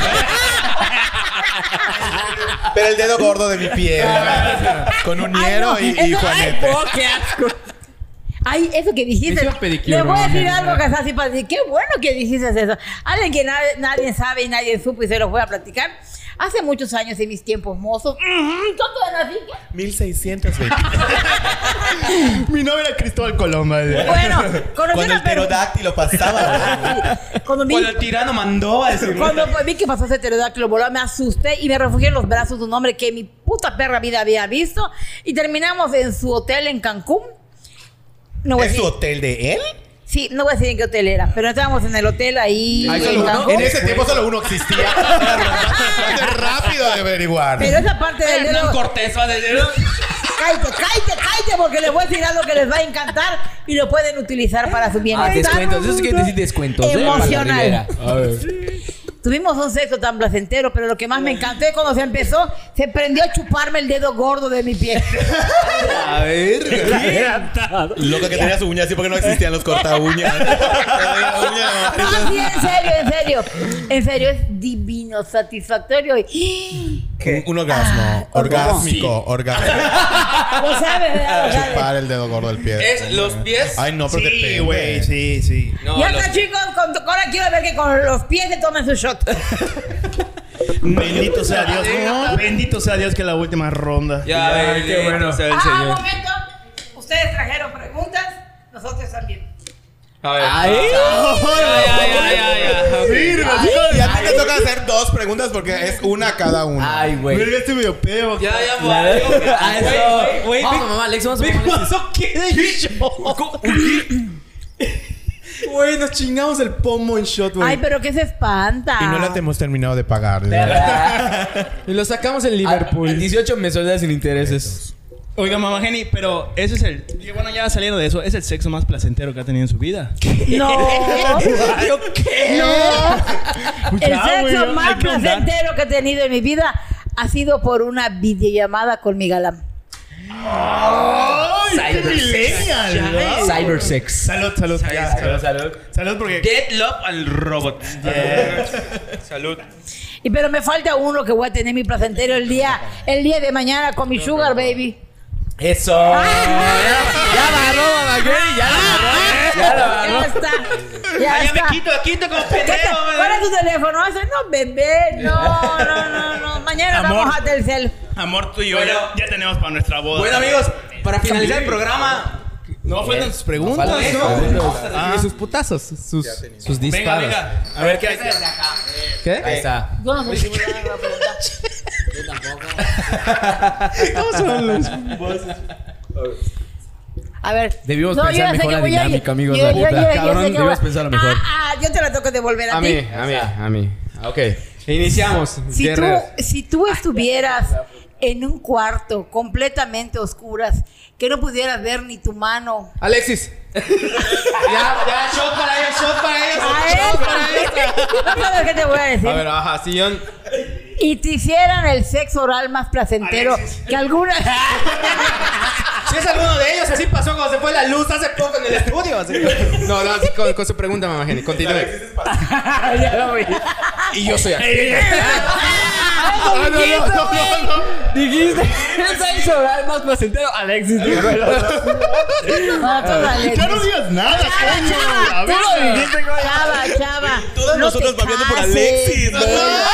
Pero el dedo gordo de mi pie. Con un niero Ay, y, no, y eso- ay, Juanete. po, qué asco. Ay, eso que dijiste. Hizo pedicure, Le voy a decir mamá. algo que es así para decir, qué bueno que dijiste eso. Alguien que nadie, nadie sabe y nadie supo y se los voy a platicar. Hace muchos años en mis tiempos mozos. ¿Cuánto era así? mil seiscientos veinte. Mi novia era Cristóbal Colón, madre. Bueno, conocí Cuando una el pterodáctilo pasaba. Cuando vi, Cuando el tirano mandó a decir. cuando vi que pasó ese pterodáctilo voló, me asusté y me refugié en los brazos de un hombre que mi puta perra vida había visto. Y terminamos en su hotel en Cancún. No voy a ¿Es su decir, hotel de él? sí, no voy a decir en qué hotel era, pero estábamos en el hotel ahí Ay, en solo uno. Cancún. En ese tiempo solo uno existía. Es rápido de averiguar. Pero esa parte del dedo... Hernán Cortés va a decir. Cállate, cállate, cállate, porque les voy a decir algo que les va a encantar y lo pueden utilizar para su Ah, bienestar. descuentos. Eso quiere decir descuentos. ¿eh? Para la Emocional. Ribera. A ver. Tuvimos un sexo tan placentero, pero lo que más me encantó es cuando se empezó, se prendió a chuparme el dedo gordo de mi pie. A ver. Loco que tenía su uña así porque no existían los corta uñas. No, sí, en serio, en serio. En serio, es divino, satisfactorio y... Un orgasmo. Ah, Orgásmico. Orgásmico. Lo sabes, ¿verdad? Lo sabes. Chupar el dedo gordo del pie. Es los pies. Ay, no, pero Sí, depende. güey, sí, sí. No, Ya los- está, chicos, con, ahora quiero ver que con los pies se tomen su shot. Bendito sea Dios. Bendito sea Dios que la última ronda. Ya, a ver, qué bueno. Sea el Ah, un señor. momento. Ustedes trajeron preguntas, nosotros también. A ver. Ay. Ya, ya, ya, ya, ya. Virga, Y a ti te toca hacer dos preguntas porque es una cada una. Ay, güey. Virga, este medio pedo. Ya, ya, La- güey. Ah, eso. Güey, Vamos a mamá, Alex, vamos a mamá. ¿Eso qué de show? Güey, nos chingamos el pomo en shot, güey. Ay, pero que se espanta. Y no la hemos terminado de pagar. Y lo sacamos en Al Liverpool. dieciocho mensualidades sin intereses. Oiga, mamá Jenny, pero ese es el. y Bueno, ya saliendo de eso, es el sexo más placentero que ha tenido en su vida. No. ¿Yo qué? No. El Ya, güey, sexo hay más que ahondar. placentero que he tenido en mi vida ha sido por una videollamada con mi galán. ¡Ay! ¡Ay, qué millennial! ¿No? Cybersex. Salud, salud. Ya, salud, salud. Salud porque... Get love al robot. Salud. Y pero me falta uno que voy a tener mi placentero el día, el día de mañana con mi sugar baby. Eso. Ya agarró, Mamageni. Ya la agarró. Ya la Ya agarró. está. Ya Ah, ya está. me quito, me quito como ¿Qué te- pendejo. ¿Cuál es tu teléfono? Hace, no, bebé. No, no, no, no. Mañana Amor. vamos a Telcel. Amor, tú y yo Bueno. ya, ya tenemos para nuestra boda. Bueno, amigos, para finalizar el programa. No faltan sus preguntas, Falta ¿no? Ah. Y sus putazos, sus, sus Venga, disparos. venga. A ver, ¿qué hay? ¿Qué? Ahí está. Yo no sé si voy a dar una pregunta. ¿Cómo son los voces? A ver. Debimos yo pensar ya sé mejor que la voy a- dinámica, amigos, yo- la yo- neta. yo- yo sé Cabrón, que debimos voy- pensarlo mejor. Ah, ah, yo te la tengo que devolver a, A ti. mí, a mí, a mí. Ok. Iniciamos. Si tú, guerreros. si tú estuvieras en un cuarto completamente oscuras, que no pudieras ver ni tu mano. Alexis. ya, ya, shot para ellos, shot para ellos. A Shot para esta. ellos. No sabes qué te voy a decir. A ver, ajá, sillón. Y te hicieran el sexo oral más placentero que alguna. Si es alguno de ellos, así pasó cuando se fue la luz hace poco en el estudio. así. No, no, así con, con su pregunta, mamá Jenny. Continúe. Ya lo vi. Y yo soy así. Ah, no, no, no, no, no. Dijiste, el sexo oral más placentero. Alexis dijo el otro. No, tú, Alexis. Ya no digas nada, Chava, coño. chava, A ver, tú lo dijiste, güey. Chava, chava. Todas no nosotros te babeando por cases, Alexis. güey.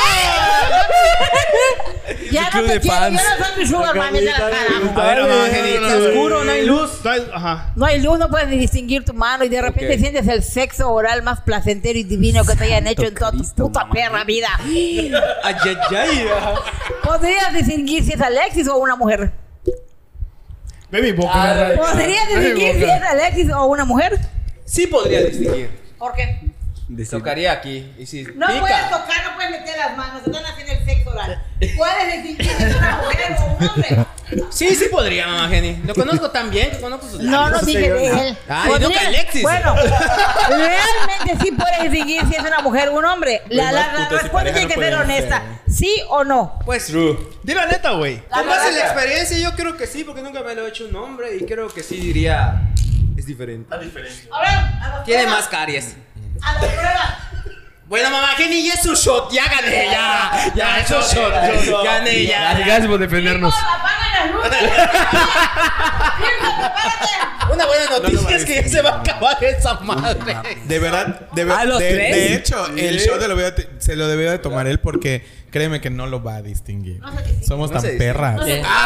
Ya no club te de quiero, fans. ya no soy tu sugar mami, ya la carajo. A ver, mamá Jenny, está oscuro, no hay luz. No hay- Ajá. No hay luz, no puedes ni distinguir tu mano y de repente Ok. sientes el sexo oral más placentero y divino que te hayan hecho en toda tu puta perra vida. Ay, ay, ay. ajá. ¿Podrías distinguir si es Alexis o una mujer? Ve mi boca. ¿Podrías distinguir si es Alexis o una mujer? Sí podría distinguir. ¿Por qué? Tocaría aquí. Y si No pica. puedes tocar, no puedes meter las manos, están haciendo el sexo oral. ¿Puedes distinguir si es una mujer o un hombre? Sí, sí podría, mamá Jenny. Lo conozco tan bien que conozco sus No, no labios. dije de él. Ah, y no que Alexis. Bueno, realmente sí puedes distinguir si es una mujer o un hombre. La, la, la respuesta tiene que ser honesta. ¿Sí o no? Pues, Di la neta, güey. con base en la experiencia, yo creo que sí, porque nunca me lo he hecho un hombre y creo que sí diría. Es diferente. A ver, a la Tiene prueba. más caries. A la prueba. Bueno, mamá Jenny, ya es su shot. Ya gané, ya. Ya, es su shot. Gané, ya. Gracias por defendernos. Chicos, apagan las luces. Siéntate, párate. Una buena noticia es que ya se va a acabar esa madre. De verdad, de, ver- ¿A los de, tres? de hecho, el show de lo voy a te- se lo debió de tomar él porque créeme que no lo va a distinguir. No se distingue. Somos No tan se perras.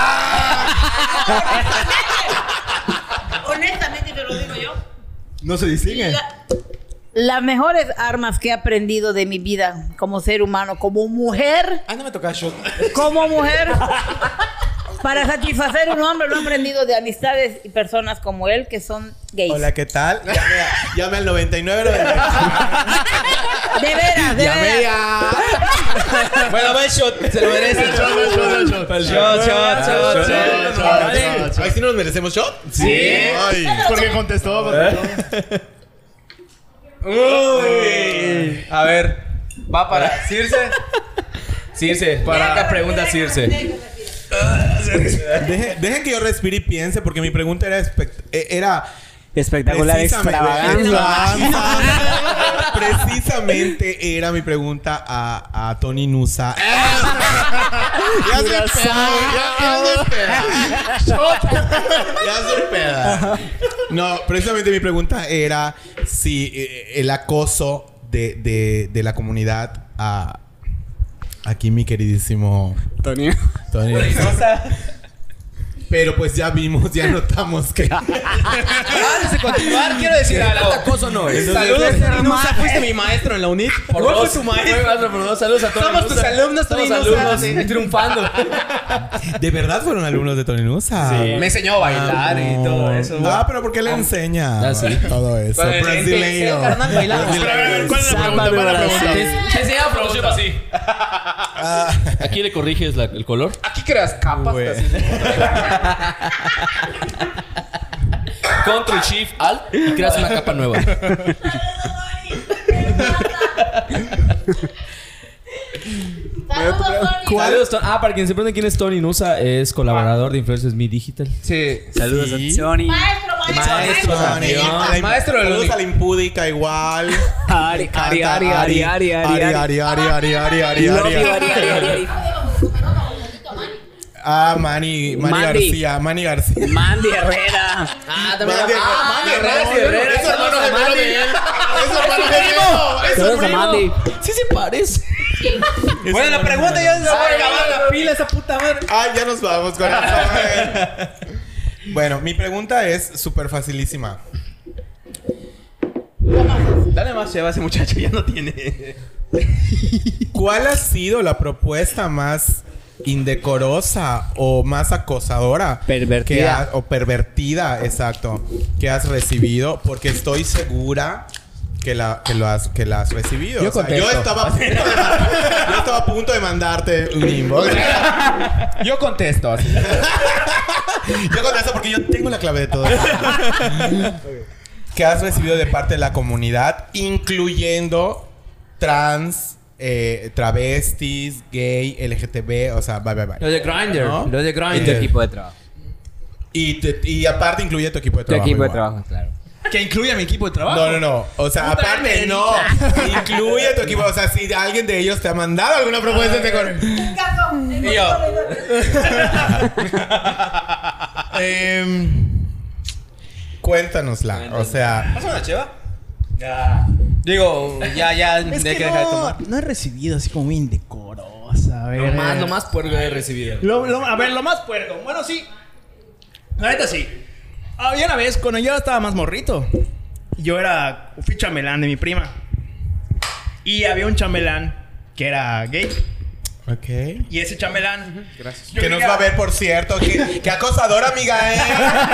Honestamente te lo digo yo. No se distingue. La- las mejores armas que he aprendido de mi vida como ser humano, como mujer, Ah, no me toca shot. como mujer, para satisfacer a un hombre, lo he aprendido de amistades y personas como él que son gays. Hola, ¿qué tal? Llame, a- llame al noventa y nueve. De veras, de Llame veras. ya. Bueno, va el shot. Se lo merece. Shot, shot, shot, shot. Shot, shot, shot, shot. ¿Ahí sí nos merecemos shot? Sí. Ay. Porque contestó, contestó. Uy. A ver, va para Circe. Circe, para acá pregunta Circe. Dejen, dejen que yo respire y piense porque mi pregunta era espect- eh, era Espectacular precisamente- extravaganza. Precisamente era mi pregunta a, a Tony Nusa. Ya soy peda, ya, ya soy peda. Ya soy peda. No, precisamente mi pregunta era si eh, el acoso de, de, de la comunidad a aquí mi queridísimo Tony. Tony Nusa. Pero pues ya vimos, ya notamos que Antes de continuar, quiero decir algo. Acoso no es. Saludos, Tony Nusa. Fuiste mi maestro en la UNIT. Por ¿Cuál fue dos. tu maestro? Fue maestro por dos. Saludos a todos. Somos tus alumnos, Somos Tony Nusa. alumnos. Sí. Triunfando. de verdad fueron alumnos de Tony Nusa. Me enseñó a bailar y todo eso. Ah, pero ¿por qué le enseña Ah, sí. todo eso? Con el- Brasileiro. el carnal bailando. Pero a ver, ¿cuál es la Samba pregunta? de ¿Cuál es la Brasil. pregunta? Te enseñaba producción así. Ah, Aquí le corriges la- el color. Aquí creas capas. Güey. así. Control Shift Alt y creas una capa nueva. Saludos, Tony. Saludos, Tony. Ah, para quien se pregunte quién es Tony Nusa, es colaborador de Influencers Me Digital. Sí. Saludos Sí. a Sony. Maestro, maestro, Maestro, maestro. Tony. Maestro de Saludos Luni. a la impúdica igual. Ari, Ari, Ari, Ari, Ari, Ari, Ari, Ari, Ari, Ari, Ari, Love Ari. you, Ari, Ari, Ari. Ah, Manny, Manny Mandy. García, Manny García. Mandy Herrera. Ah, también. Mandy Ah, Mandy Herrera, Herrera, Herrera. es hermano Saludos a gemelo Mandy. de él. Es hermano gemelo. Es Saludos a Mandy. Sí se parece. Bueno, la pregunta ya se va a acabar la pila esa puta madre. Ah, ya nos vamos con eso. Bueno, mi pregunta es súper facilísima. Dale más lleva ese muchacho, ya no tiene. ¿Cuál ha sido la propuesta más indecorosa o más acosadora? Pervertida. que ha- o pervertida, exacto, que has recibido? Porque estoy segura que la, que lo has, que la has recibido. Yo O sea, contesto. yo estaba a punto de mandar- yo estaba a punto de mandarte un inbox. Yo contesto así. Yo contesto porque yo tengo la clave de todo esto. Que has recibido de parte de la comunidad, incluyendo trans, eh, travestis, gay, L G T B, o sea, bye bye bye. Lo de Grindr. ¿No? Lo de Y tu Grindr. equipo de trabajo. Y, te- y aparte incluye tu equipo de Tu trabajo. equipo de igual. trabajo, claro. Que incluye a mi equipo de trabajo. No, no, no. O sea, aparte no. Incluye tu equipo. O sea, si alguien de ellos te ha mandado alguna propuesta, te con... Y yo. Em, cuéntanosla. O sea, ¿Pasa una cheva? Ya. Digo, ya, ya, Es de que que deja de no, tomar. no he recibido así como muy indecorosa. A ver. Lo más, lo más puerco que he recibido. Lo- lo- a ver, lo más puerco. Bueno, sí. La neta sí. Había una vez cuando yo estaba más morrito. Yo era fui chambelán de mi prima. Y había un chambelán que era gay. ok. Y ese chambelán. Gracias. yo Que nos quería- va a ver, por cierto. Qué, qué acosadora, amiga, ¿eh?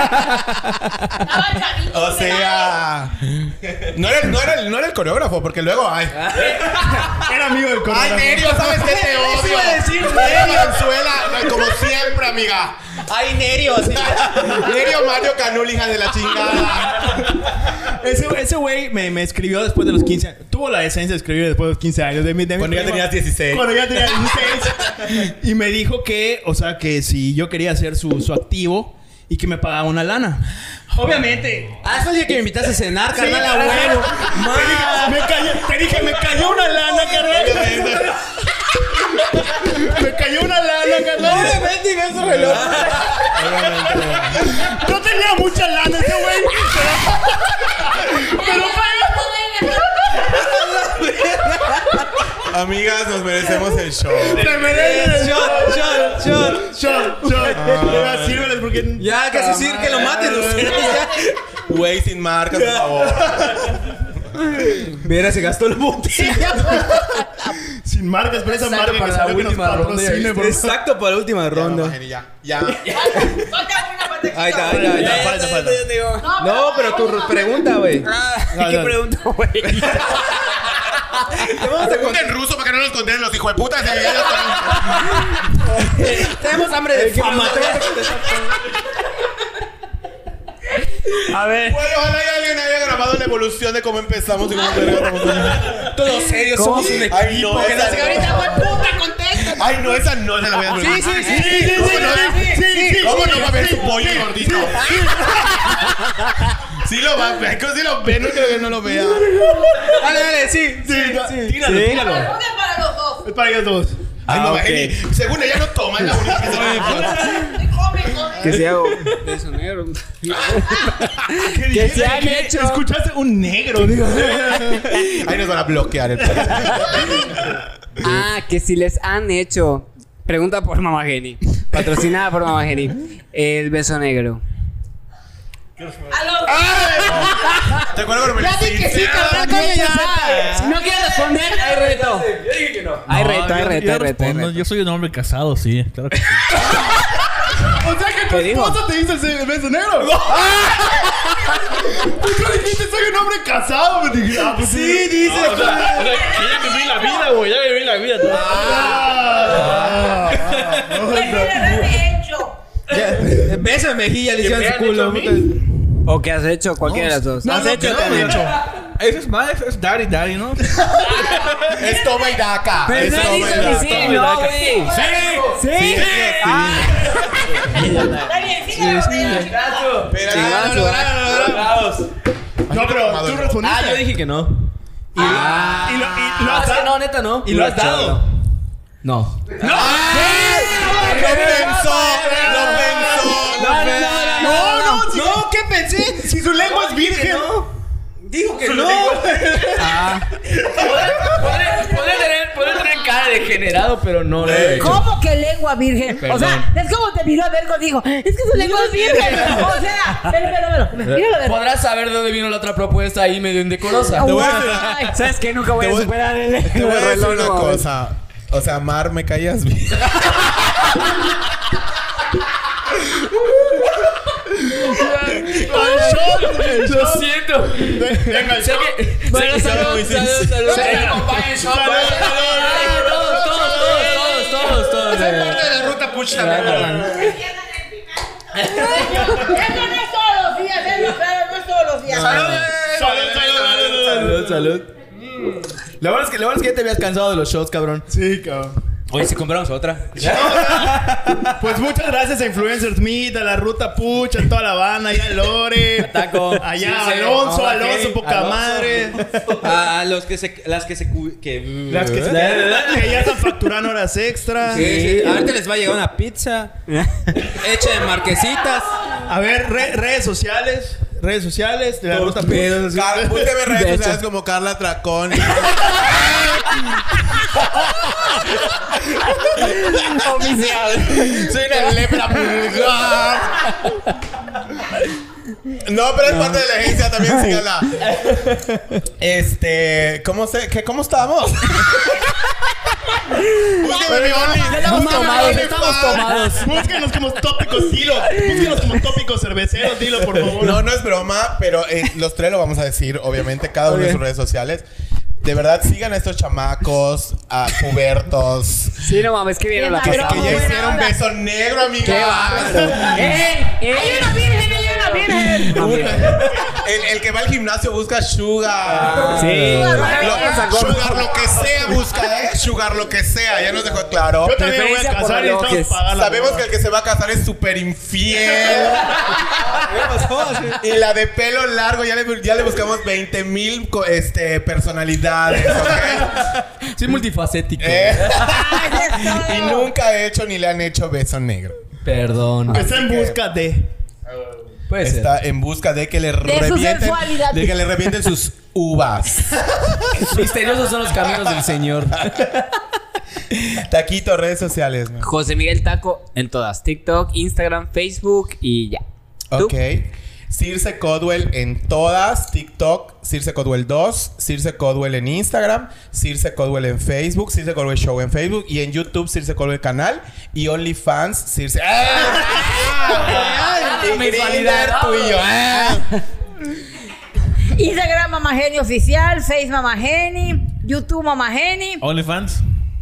O sea, no era, no, era el, no era el coreógrafo, porque luego, ay, Era amigo del ay, coreógrafo. Nerio, ¿sabes qué te odio? Eso iba a decir, Nerio, Valenzuela, como siempre, amiga. Ay, Nerio. Sí. Nerio Mario Canul, hija de la chingada. Ese ese güey me, me escribió después de los quince años. Tuvo la decencia de escribir después de los quince años. De mi, de mi Cuando ya prima. tenías dieciséis. Cuando ya tenía dieciséis. Y me dijo que, o sea, que si yo quería ser su, su activo y que me pagaba una lana. Obviamente. Ah, eso es que me invitaste a cenar, Sí, carnal, a ajá. huevo. Te dije, me cayó, te dije, me cayó una lana, carnal. Me cayó una lana, carnal. Obviamente, y ves su reloj. No tenía mucha lana ese güey. Pero, pero Amigas, nos merecemos el show. se merece. Shot, shot, shot. Shot, shot. Ah. Sírveles porque. Ya, casi decir que lo maten ustedes. ya. Güey, sin marcas, por favor. Mira, se gastó la botella. Sin marcas, pero esa marca para que la salió que nos última ronda. patrocine, por favor. Exacto, para la última ronda. Ya, ya. Ya. Ahí está, ahí está, ahí está. Falta, falta. No, pero tu pregunta, güey. ¿Qué pregunto, güey? Te vamos a Pregunta en ruso para que no nos contesten los hijos de puta. Tenemos hambre de fama. A ver. Bueno, ojalá y alguien haya grabado la evolución de cómo empezamos y cómo terminamos. Todos serios, somos un equipo. Ay, no, que esa nos- no. ahorita, güey, puta, contesta. Ay, no, esa no se la voy a Sí, sí, sí, sí, sí, ¿Cómo sí, no? sí, sí, sí, ¿Cómo sí, no va a ver sí, su pollo sí, gordito? Sí lo va a ver. Si lo ve, no creo que no lo vea. Dale, dale, sí, sí, sí. Tíralo, tíralo. para los dos. Es para ellos dos. Ay, Ah, no, ok. Jenny, según ella no toma, es la única que se ve. Come, come. Que si hago beso negro. ¿Qué Que dijiste? se han ¿Qué? hecho. Escuchaste un negro, digo. Ahí nos van a bloquear el podcast. Ah, que si les han hecho. Pregunta por Mamá Jenny. Patrocinada por Mamá Jenny. El beso negro. A los ¿Te acuerdas cuando me Ya di que sí, carnal, coño, ya. Si no quieres responder, hay reto. Yo dije que no. Hay No, reto, hay yo- reto, yo hay reto, hay respondo. reto. Yo soy un hombre casado, sí, claro que sí. O sea que tu ¿Qué digo? esposa te hizo el beso negro. Tú no dijiste soy un hombre casado. Me dije, ah, pues sí, dice. O sea, ya viví la vida, güey, ya viví la vida. Ah, hecho. Beso de mejilla, le hicieron su me han culo. hecho a mí? ¿O qué has hecho? Cualquiera de las dos. No, ¿Has no, hecho? que no, Te han de hecho. hecho. Ese es más, es Daddy, Daddy, ¿no? Es toma y daca. Pero Es no toma y dice daca. ni sí, no, güey. ¿Sí? Sí, Ah. Está bien, síguelo, síguelo. Pero Sí, ah, vas, lo lograron, lo lograron. No, pero tú respondiste. Ah, yo dije que no. Y, lo, y, lo, y lo has Ah, dado. no, neta, no. Y lo has dado. No. ¡Lo pensó! ¡Lo pensó! No, no, no, ¿qué pensé? Si su lengua es virgen. Dijo que no. Ah. Podré tener, podré tener cara de degenerado, pero no lo he hecho. ¿Cómo que lengua virgen? Perdón. O sea, es como te miró a Vergo y dijo, es que su lengua es virgen. O sea, pero, pero, pero, míralo a Vergo. Podrás saber de dónde vino la otra propuesta ahí medio indecorosa. Te voy a decir, Ay, ¿Sabes qué? Nunca voy Te a voy- superar el, te voy a el decir reloj, una no, güey. cosa. O sea, Mar, me caías bien. Lo siento. Venga, Sé que. Bueno, sé que- salud, salud, salud, salud. salud. Sé que acompañen shot. Salud, Ay, Todos, todos, todos, todos, todos, todos. de la ruta pucha. Eso no es todos los días, es claro, no es todos los días. Salud, salud, Salud, salud. Lo bueno es que, lo bueno es que ya te habías cansado de los shots, cabrón. Sí, cabrón. Oye, si compramos otra. Pues muchas gracias a Influencers Meet, a la Ruta Pucha, a toda la banda, allá a Lore, A Taco. allá Sí, a sí. Alonso, Ahora, Alonso, Kevin, poca Alonso. madre. A los que se... Las que se... cu- Que... Las que, que ya están facturando horas extra. Sí, sí. Ahorita les va a llegar una pizza hecha de marquesitas. A ver, re- redes sociales. Redes sociales de la Ruta Pucha. Car- Búsqueme redes De hecho. sociales como Carla Tracón. Oficial. Soy una lepra vulgar. No, pero es parte de la agencia también, síganla. Este, ¿cómo se, qué, cómo estamos? Búsqueme mi Only. Estamos Búsqueme mi tomados, OnlyFans. estamos tomados. Búsquenos como tópicos, dilo. Búsquenos como tópicos cerveceros, dilo, por favor. No, no es broma, pero eh, los tres lo vamos a decir, obviamente, cada uno en sus redes sociales. De verdad, sigan a estos chamacos, a pubertos, Sí, no mames, que vieron la Qué que, pasada. que ya buena hicieron onda. beso negro, amiga. ¡Qué bárbaro! ¡Ey! ¡Ey! ¡Hay una virgen, hay una virgen! El, el que va al gimnasio busca sugar. Sí. Lo- sugar lo que sea busca, ¿eh? Sugar lo que sea. Ya nos dejó claro. Yo también me voy a Preferencia por casar y estamos relojes. pagando. Sabemos que el que se va a casar es súper infiel. Y la de pelo largo, ya le, ya le buscamos veinte mil este, personalidades, ¿ok? Soy multifacético. Eh, y nunca ha hecho ni le han hecho beso negro. Perdón. Está en que- busca de. Puede ser. Está en busca de que le su revienten, sensualidad. de que le revienten sus uvas. Misteriosos son los caminos del Señor. Taquito, redes sociales. man. José Miguel Taco en todas. TikTok, Instagram, Facebook y ya. ¿Tú? Ok. Circe Codwell en todas. TikTok, Circe Codwell dos. Circe Codwell en Instagram. Circe Codwell en Facebook. Circe Codwell Show en Facebook. Y en YouTube, Circe Codwell Canal. Y OnlyFans, Circe... ¡Ah! Y Grindr, tú y yo. ¡Ah! Instagram Mamageni Oficial, Face Mamageni, YouTube Mamageni. OnlyFans.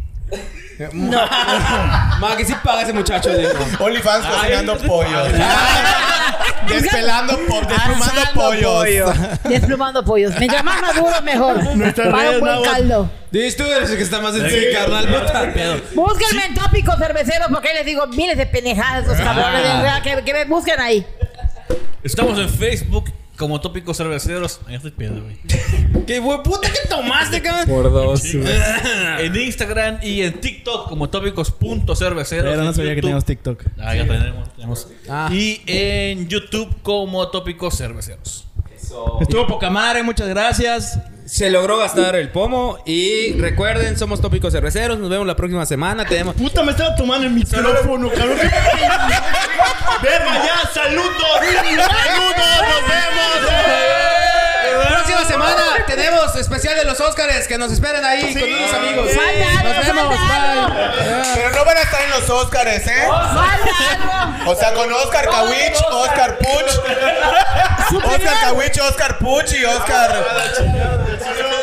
Ma, que sí paga ese muchacho. digo. OnlyFans cocinando pollos. Despelando po desplumando Asando pollos. pollo. Desplumando pollos. Mientras más maduro, mejor. Nuestras Para un redes, buen Nahua. caldo. Dices tú eres el que está más en sí, carnal. puta. Búsquenme en tópicos cerveceros porque ahí les digo miles de pendejadas los cabrones de verdad, que, que me busquen ahí. Estamos en Facebook como Tópicos Cerveceros. Ahí estoy pedo, güey. ¿Qué hue- puta que tomaste, cabrón? Por dos. En Instagram y en TikTok como Tópicos.cerveceros. Pero no En sabía que YouTube- teníamos TikTok. Ah, ya tenemos. tenemos. Ah. Y en YouTube como Tópicos Cerveceros. Estuvo poca madre, muchas gracias. Se logró gastar el pomo. Y recuerden, somos Tópicos Cerveceros. Nos vemos la próxima semana. Tenemos... Puta, me estaba tomando el micrófono, cabrón. Verga, ya, saludos. Saludos, nos vemos. Próxima semana tenemos especial de los Óscares. Que nos esperen ahí con unos amigos. Falta algo, Nos vemos. falta Bye. Pero no van a estar en los Óscares, ¿eh? Falta algo. O sea, con Oscar Kawich, Oscar Puch. Oscar Kawich, Oscar Puch y Oscar...